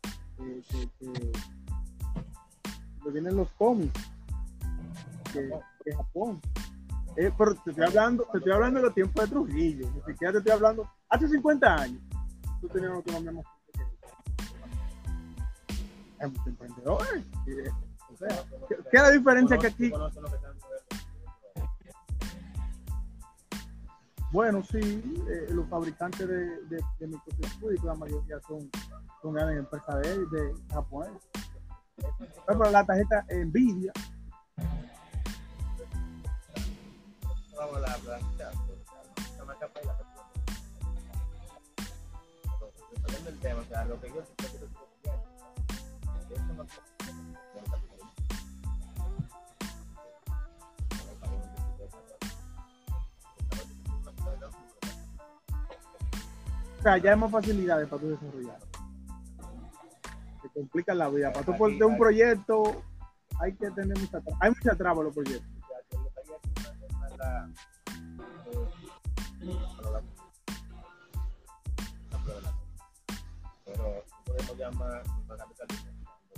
que vienen los cómics que Japón. Pero te estoy hablando de los tiempos de Trujillo, ni siquiera te estoy hablando hace 50 años. Tú tenías una autonomía más. hay muchos emprendedores. O sea, ¿qué es la diferencia que aquí? ¿Conocen lo que están haciendo? Bueno, sí, los fabricantes de microcircuitos, la mayoría son grandes empresas de japonesas. Pero la tarjeta Nvidia, Vamos a la marca y la persona. El tema, o sea, lo que yo siempre quiero decir, eso no o sea, ya hay más facilidades para tu desarrollar. Te complican la vida. Para tú ponerte un proyecto, hay que tener hay mucha traba en los proyectos. Pero podemos llamar capitalismo.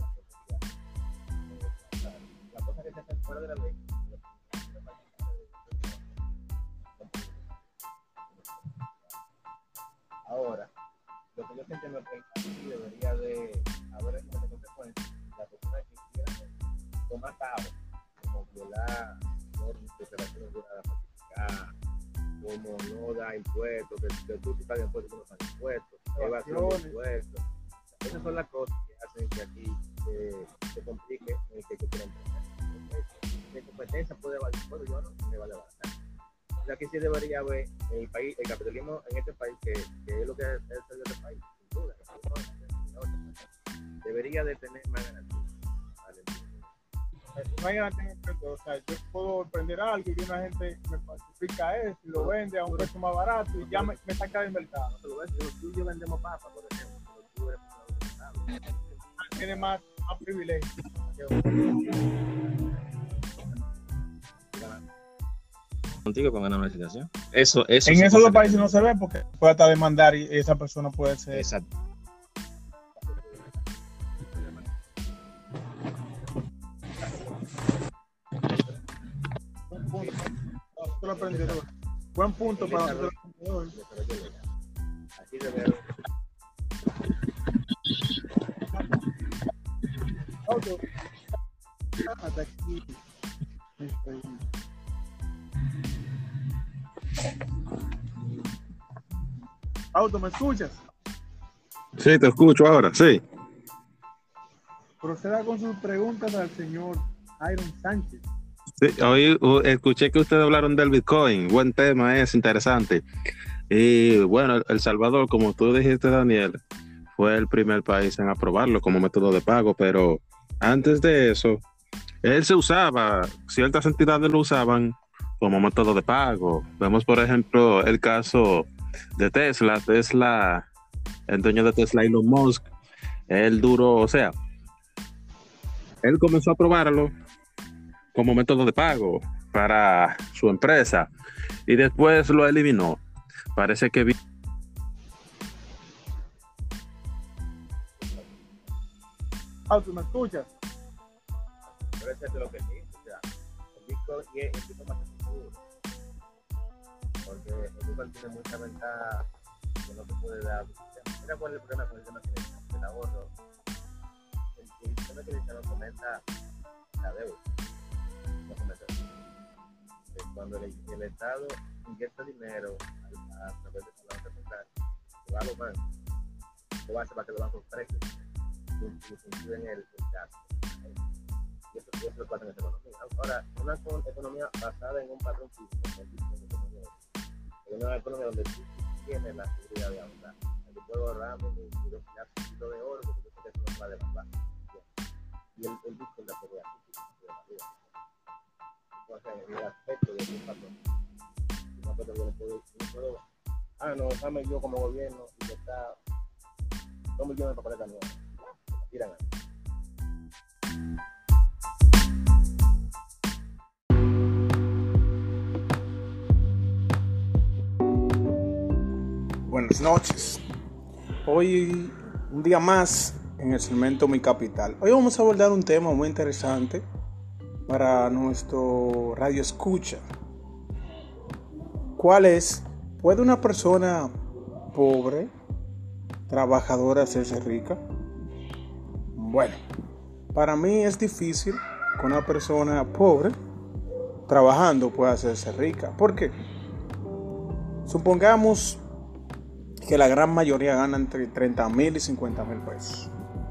La cosa que se hace fuera de la ley. Ahora, lo que yo entiendo es que aquí debería de haber como consecuencia la persona que quiera tomar cabo, como violar normas de operaciones juradas certificadas, como no da impuestos, que tú si pagas impuestos, tú no pagas impuestos, evasión de impuestos. Esas son las cosas que hacen que aquí se complique en el que yo quiera emprender. Mi competencia puede valer, pero yo no me vale baratar. O sea, aquí sí debería haber el país, el capitalismo en este país, que es lo que es el de este país, sin duda, debería de tener más garantías. No hay garantías, o sea, yo puedo emprender algo y una gente me falsifica eso y lo vende a un precio más barato y ya me saca del mercado. Tú y yo vendemos papas, por ejemplo, pero tú eres Tiene más privilegios. Contigo con ganar una licitación. Eso En se esos puede dos países hacer. no se ve porque puede hasta demandar y esa persona puede ser. Exacto. Buen punto para nosotros. aquí debe haber Hasta aquí. Auto, ¿me escuchas? Sí, te escucho ahora, sí. Proceda con sus preguntas al señor Iron Sánchez. Sí, hoy escuché que ustedes hablaron del Bitcoin. Buen tema, es interesante. Y bueno, El Salvador, como tú dijiste, Daniel, fue el primer país en aprobarlo como método de pago, pero antes de eso, él se usaba, ciertas entidades lo usaban como método de pago. Vemos, por ejemplo, el caso de Tesla. Tesla, el dueño de Tesla, Elon Musk, él duró, o sea, él comenzó a probarlo como método de pago para su empresa y después lo eliminó. Parece que Auto, ¿me escuchas? Pero eso es lo que dice, o sea, el Bitcoin es el tipo más seguro, porque el Bitcoin tiene mucha ventaja que no te puede dar. Mira cuál es el problema con el tema del ahorro. El sistema financiero fomenta la deuda, no fomenta el dinero. Cuando el Estado inyecta dinero a través de la banca central, se va a los bancos, lo hace para que los bancos presten y incluyen el gasto. Y eso es lo que pasa en esta economía. Ahora, una economía basada en un patrón físico, es una economía donde tú tienes la seguridad de ahorrar. Yo puedo ahorrarme mi 2 kilos de oro porque yo sé que eso no va a devaluar. Y el Bitcoin la puede hacer. Entonces, el aspecto de un patrón. Un aspecto que yo no puedo. No, déjame yo como gobierno y le está 2 millones para poner nueva. Tiran ahí. Buenas noches. Hoy, un día más en el segmento Mi Capital. Hoy vamos a abordar un tema muy interesante para nuestro radio escucha. ¿Cuál es? ¿Puede una persona pobre, trabajadora, hacerse rica? Bueno, para mí es difícil que una persona pobre trabajando pueda hacerse rica. ¿Por qué? Supongamos que la gran mayoría gana entre 30,000 y 50,000 pesos.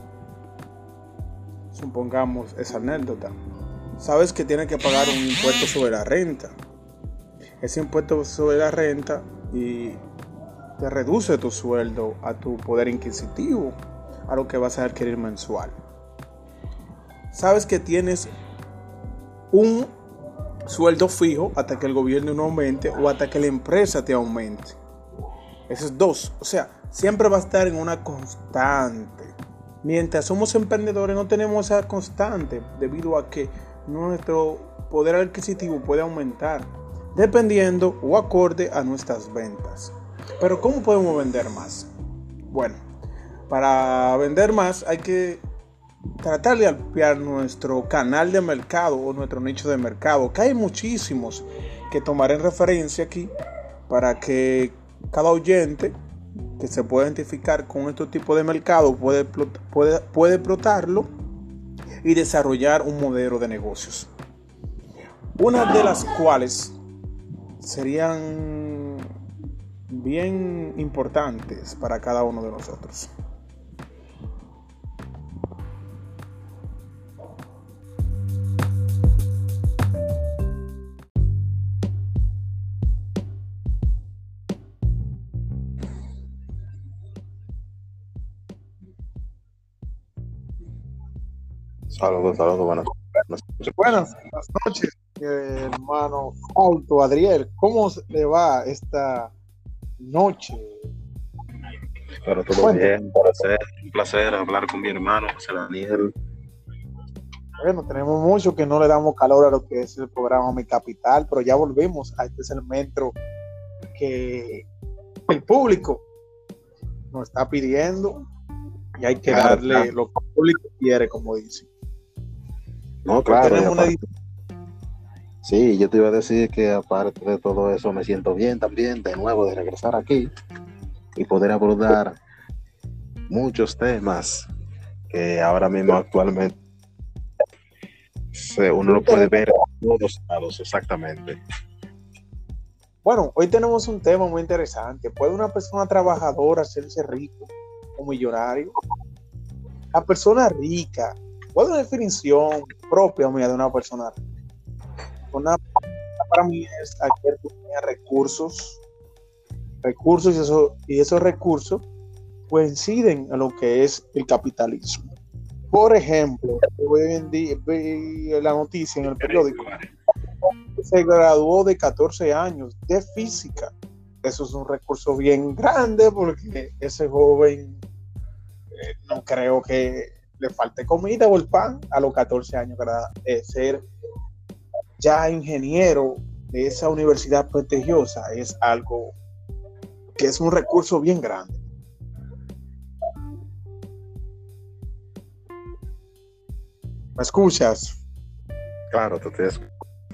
Supongamos esa anécdota. Sabes que tienes que pagar un impuesto sobre la renta. Ese impuesto sobre la renta y te reduce tu sueldo a tu poder adquisitivo, a lo que vas a adquirir mensual. Sabes que tienes un sueldo fijo hasta que el gobierno no aumente o hasta que la empresa te aumente. Esos dos, o sea, siempre va a estar en una constante. Mientras somos emprendedores no tenemos esa constante debido a que nuestro poder adquisitivo puede aumentar dependiendo o acorde a nuestras ventas. Pero ¿cómo podemos vender más? Bueno, para vender más hay que tratar de ampliar nuestro canal de mercado o nuestro nicho de mercado, que hay muchísimos que tomaré en referencia aquí para que cada oyente que se pueda identificar con este tipo de mercado puede explotarlo y desarrollar un modelo de negocios. Una de las cuales serían bien importantes para cada uno de nosotros. Saludos, buenas noches. Buenas noches, hermano Auto Adriel. ¿Cómo le va esta noche? Pero todo Cuéntame. bien, un placer hablar con mi hermano José Daniel. Bueno, tenemos mucho que no le damos calor a lo que es el programa Mi Capital, pero ya volvemos a este segmento que el público nos está pidiendo y hay que darle lo que el público quiere, como dicen. No, claro. Tenemos una... Sí, yo te iba a decir que aparte de todo eso me siento bien también de nuevo de regresar aquí y poder abordar muchos temas que ahora mismo actualmente uno lo puede ver en todos lados, exactamente. Bueno, hoy tenemos un tema muy interesante. ¿Puede una persona trabajadora hacerse rico o millonario? La persona rica, ¿cuál es la definición propia mía de una persona rica? Para mí es aquel que tiene recursos y esos recursos coinciden a lo que es el capitalismo. Por ejemplo, hoy en día vi la noticia en el periódico, se graduó de 14 años de física. Eso es un recurso bien grande porque ese joven no creo que le falte comida o el pan a los 14 años para ser ya ingeniero de esa universidad prestigiosa. Es algo que es un recurso bien grande. ¿Me escuchas? Claro, te estoy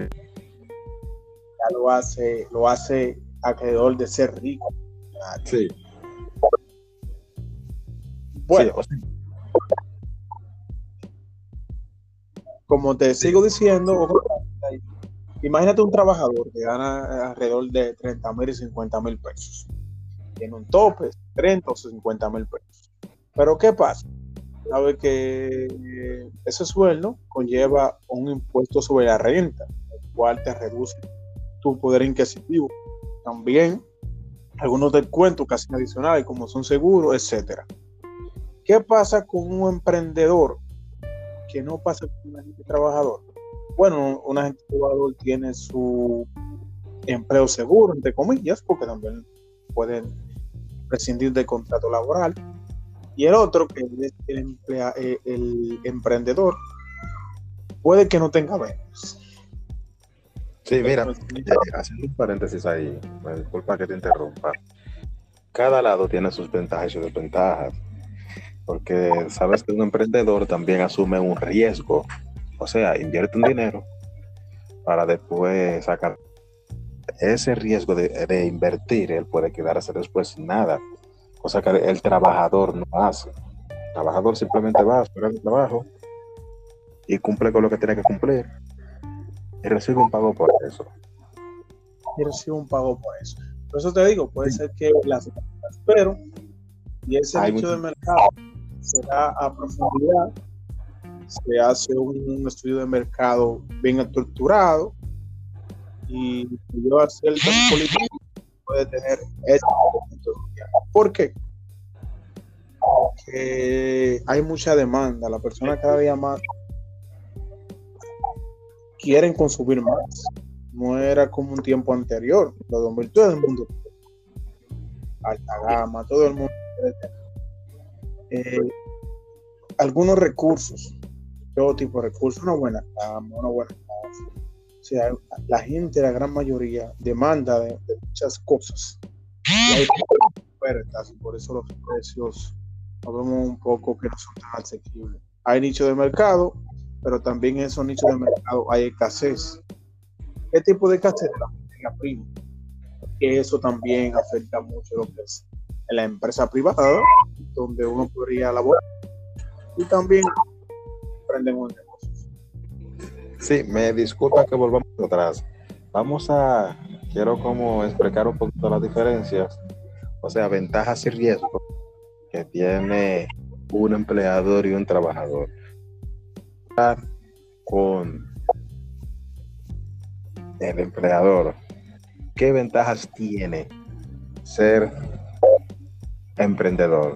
Ya lo hace alrededor de ser rico. Sí. Bueno, Sí, como te sigo diciendo, imagínate un trabajador que gana alrededor de 30,000 y 50,000 pesos. Tiene un tope de 30 o 50,000 pesos. Pero ¿qué pasa? Sabe que ese sueldo conlleva un impuesto sobre la renta, el cual te reduce tu poder adquisitivo. También algunos descuentos casi adicionales, como son seguros, etcétera. ¿Qué pasa con un emprendedor que no pasa con un agente trabajador? Bueno, un agente trabajador tiene su empleo seguro, entre comillas, porque también pueden prescindir del contrato laboral. Y el otro, que es el emprendedor, puede que no tenga ventas. sí, mira, haciendo un paréntesis ahí, me disculpa que te interrumpa. Cada lado tiene sus ventajas y sus desventajas, porque sabes que un emprendedor también asume un riesgo, o sea, invierte un dinero para después sacar ese riesgo de invertir. Él puede quedarse después sin nada, cosa que el trabajador no hace. trabajador simplemente va a esperar el trabajo y cumple con lo que tiene que cumplir y recibe un pago por eso. Y recibe un pago por eso. Por eso te digo, puede ser que las pero y ese Hay nicho mucho- de mercado se da a profundidad, se hace un estudio de mercado bien estructurado y lleva ciertas políticas puede tener éxito. ¿Por qué? Porque hay mucha demanda, las personas cada día más quieren consumir más. No era como un tiempo anterior, los 2000, todo el mundo, alta gama, todo el mundo quiere tener algunos recursos, todo tipo de recursos, una buena cama, una buena casa. O sea, la gente, la gran mayoría, demanda de muchas cosas. Y hay ofertas, y por eso los precios, lo vemos un poco que no son tan asequibles. Hay nichos de mercado, pero también en esos nichos de mercado hay escasez. ¿Qué tipo de escasez? La materia prima. Que eso también afecta mucho lo que es en la empresa privada, donde uno podría laborar y también emprendemos negocios. Sí, me disculpa que volvamos atrás. Quiero como explicar un poquito las diferencias, o sea, ventajas y riesgos que tiene un empleador y un trabajador. Con el empleador, ¿qué ventajas tiene ser emprendedor?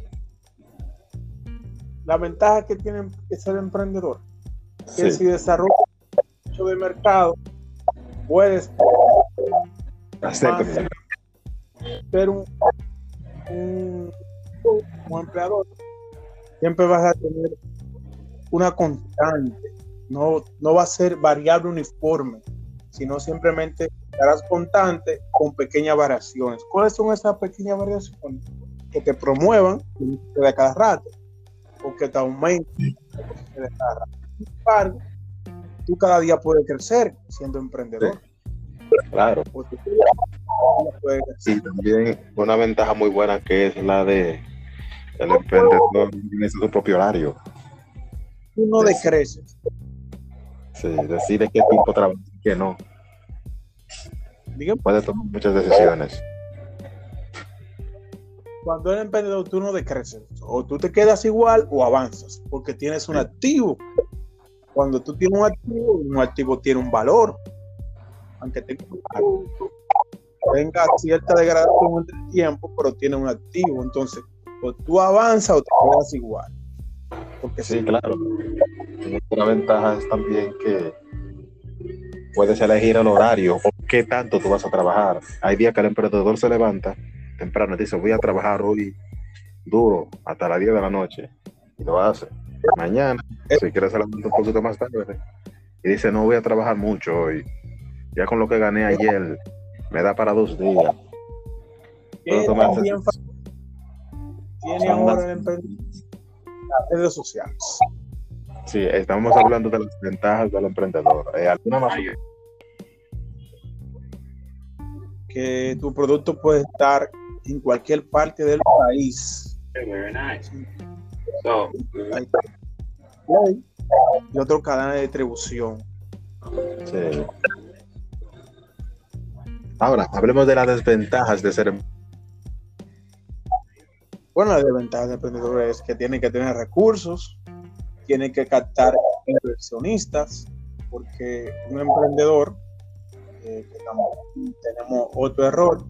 La ventaja que tiene que ser emprendedor Sí, que si desarrollas un nicho de mercado, puedes acepto. ser un como empleador, siempre vas a tener una constante, no va a ser variable uniforme, sino simplemente estarás constante con pequeñas variaciones. ¿Cuáles son esas pequeñas variaciones? Que te promuevan de cada rato o que te aumenten de cada rato. Sin embargo, tú cada día puedes crecer siendo emprendedor. Claro. Porque tú cada día puedes crecer. Y también una ventaja muy buena que es la de el emprendedor tiene su propio horario. Tú no decreces. Sí, decide qué tiempo trabajar y qué no. Dígame, Puede tomar muchas decisiones. cuando eres emprendedor, tú no decreces. O tú te quedas igual o avanzas, porque tienes un activo. Cuando tú tienes un activo tiene un valor. Aunque tenga cierta degradación en el tiempo, pero tiene un activo. Entonces, o tú avanzas o te quedas igual. Porque Sí, claro. Y otra ventaja es también que puedes elegir el horario o qué tanto tú vas a trabajar. Hay días que el emprendedor se levanta temprano y dice, voy a trabajar hoy duro hasta las 10 de la noche. Y lo hace. Mañana, si quieres, se levanta un poquito más tarde y dice, no voy a trabajar mucho hoy. Ya con lo que gané ayer, me da para 2 días. que tomarse- también tiene Son ahora las- el emprendedor las redes sociales. Sí, estamos hablando de las ventajas del emprendedor. ¿Alguna más? Que tu producto puede estar en cualquier parte del país. Very nice. So, Hay y otro canal de distribución. Sí. Ahora, hablemos de las desventajas de ser. Bueno, la desventaja del emprendedor es que tiene que tener recursos, tiene que captar inversionistas, porque un emprendedor, que también tenemos otro error,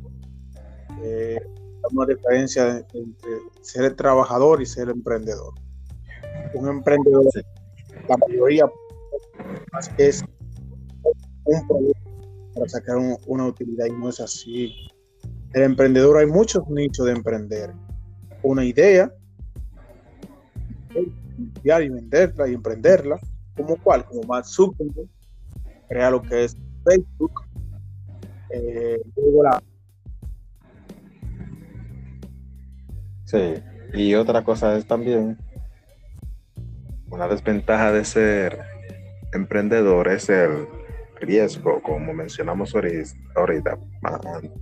una diferencia entre ser trabajador y ser emprendedor. Un emprendedor, Sí. la mayoría es un producto para sacar una utilidad y no es así. El emprendedor, hay muchos nichos de emprender. Una idea, y venderla y emprenderla, como cuál, como Mark Zuckerberg, crea lo que es Facebook, luego Sí. Y otra cosa es también una desventaja de ser emprendedor es el riesgo, como mencionamos ahorita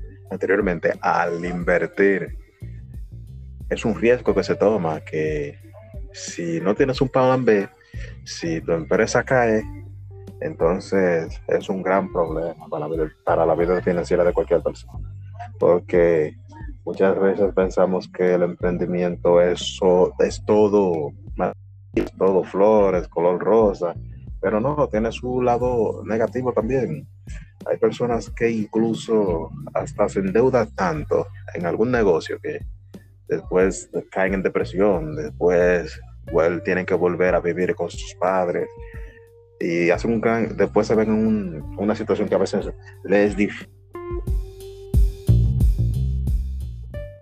anteriormente, al invertir. Es un riesgo que se toma, que si no tienes un plan B, si tu empresa cae, entonces es un gran problema para la vida financiera de cualquier persona. Porque muchas veces pensamos que el emprendimiento es todo flores, color rosa, pero no, tiene su lado negativo también. Hay personas que incluso hasta se endeudan tanto en algún negocio que después caen en depresión, después tienen que volver a vivir con sus padres y después se ven en una situación que a veces les es difícil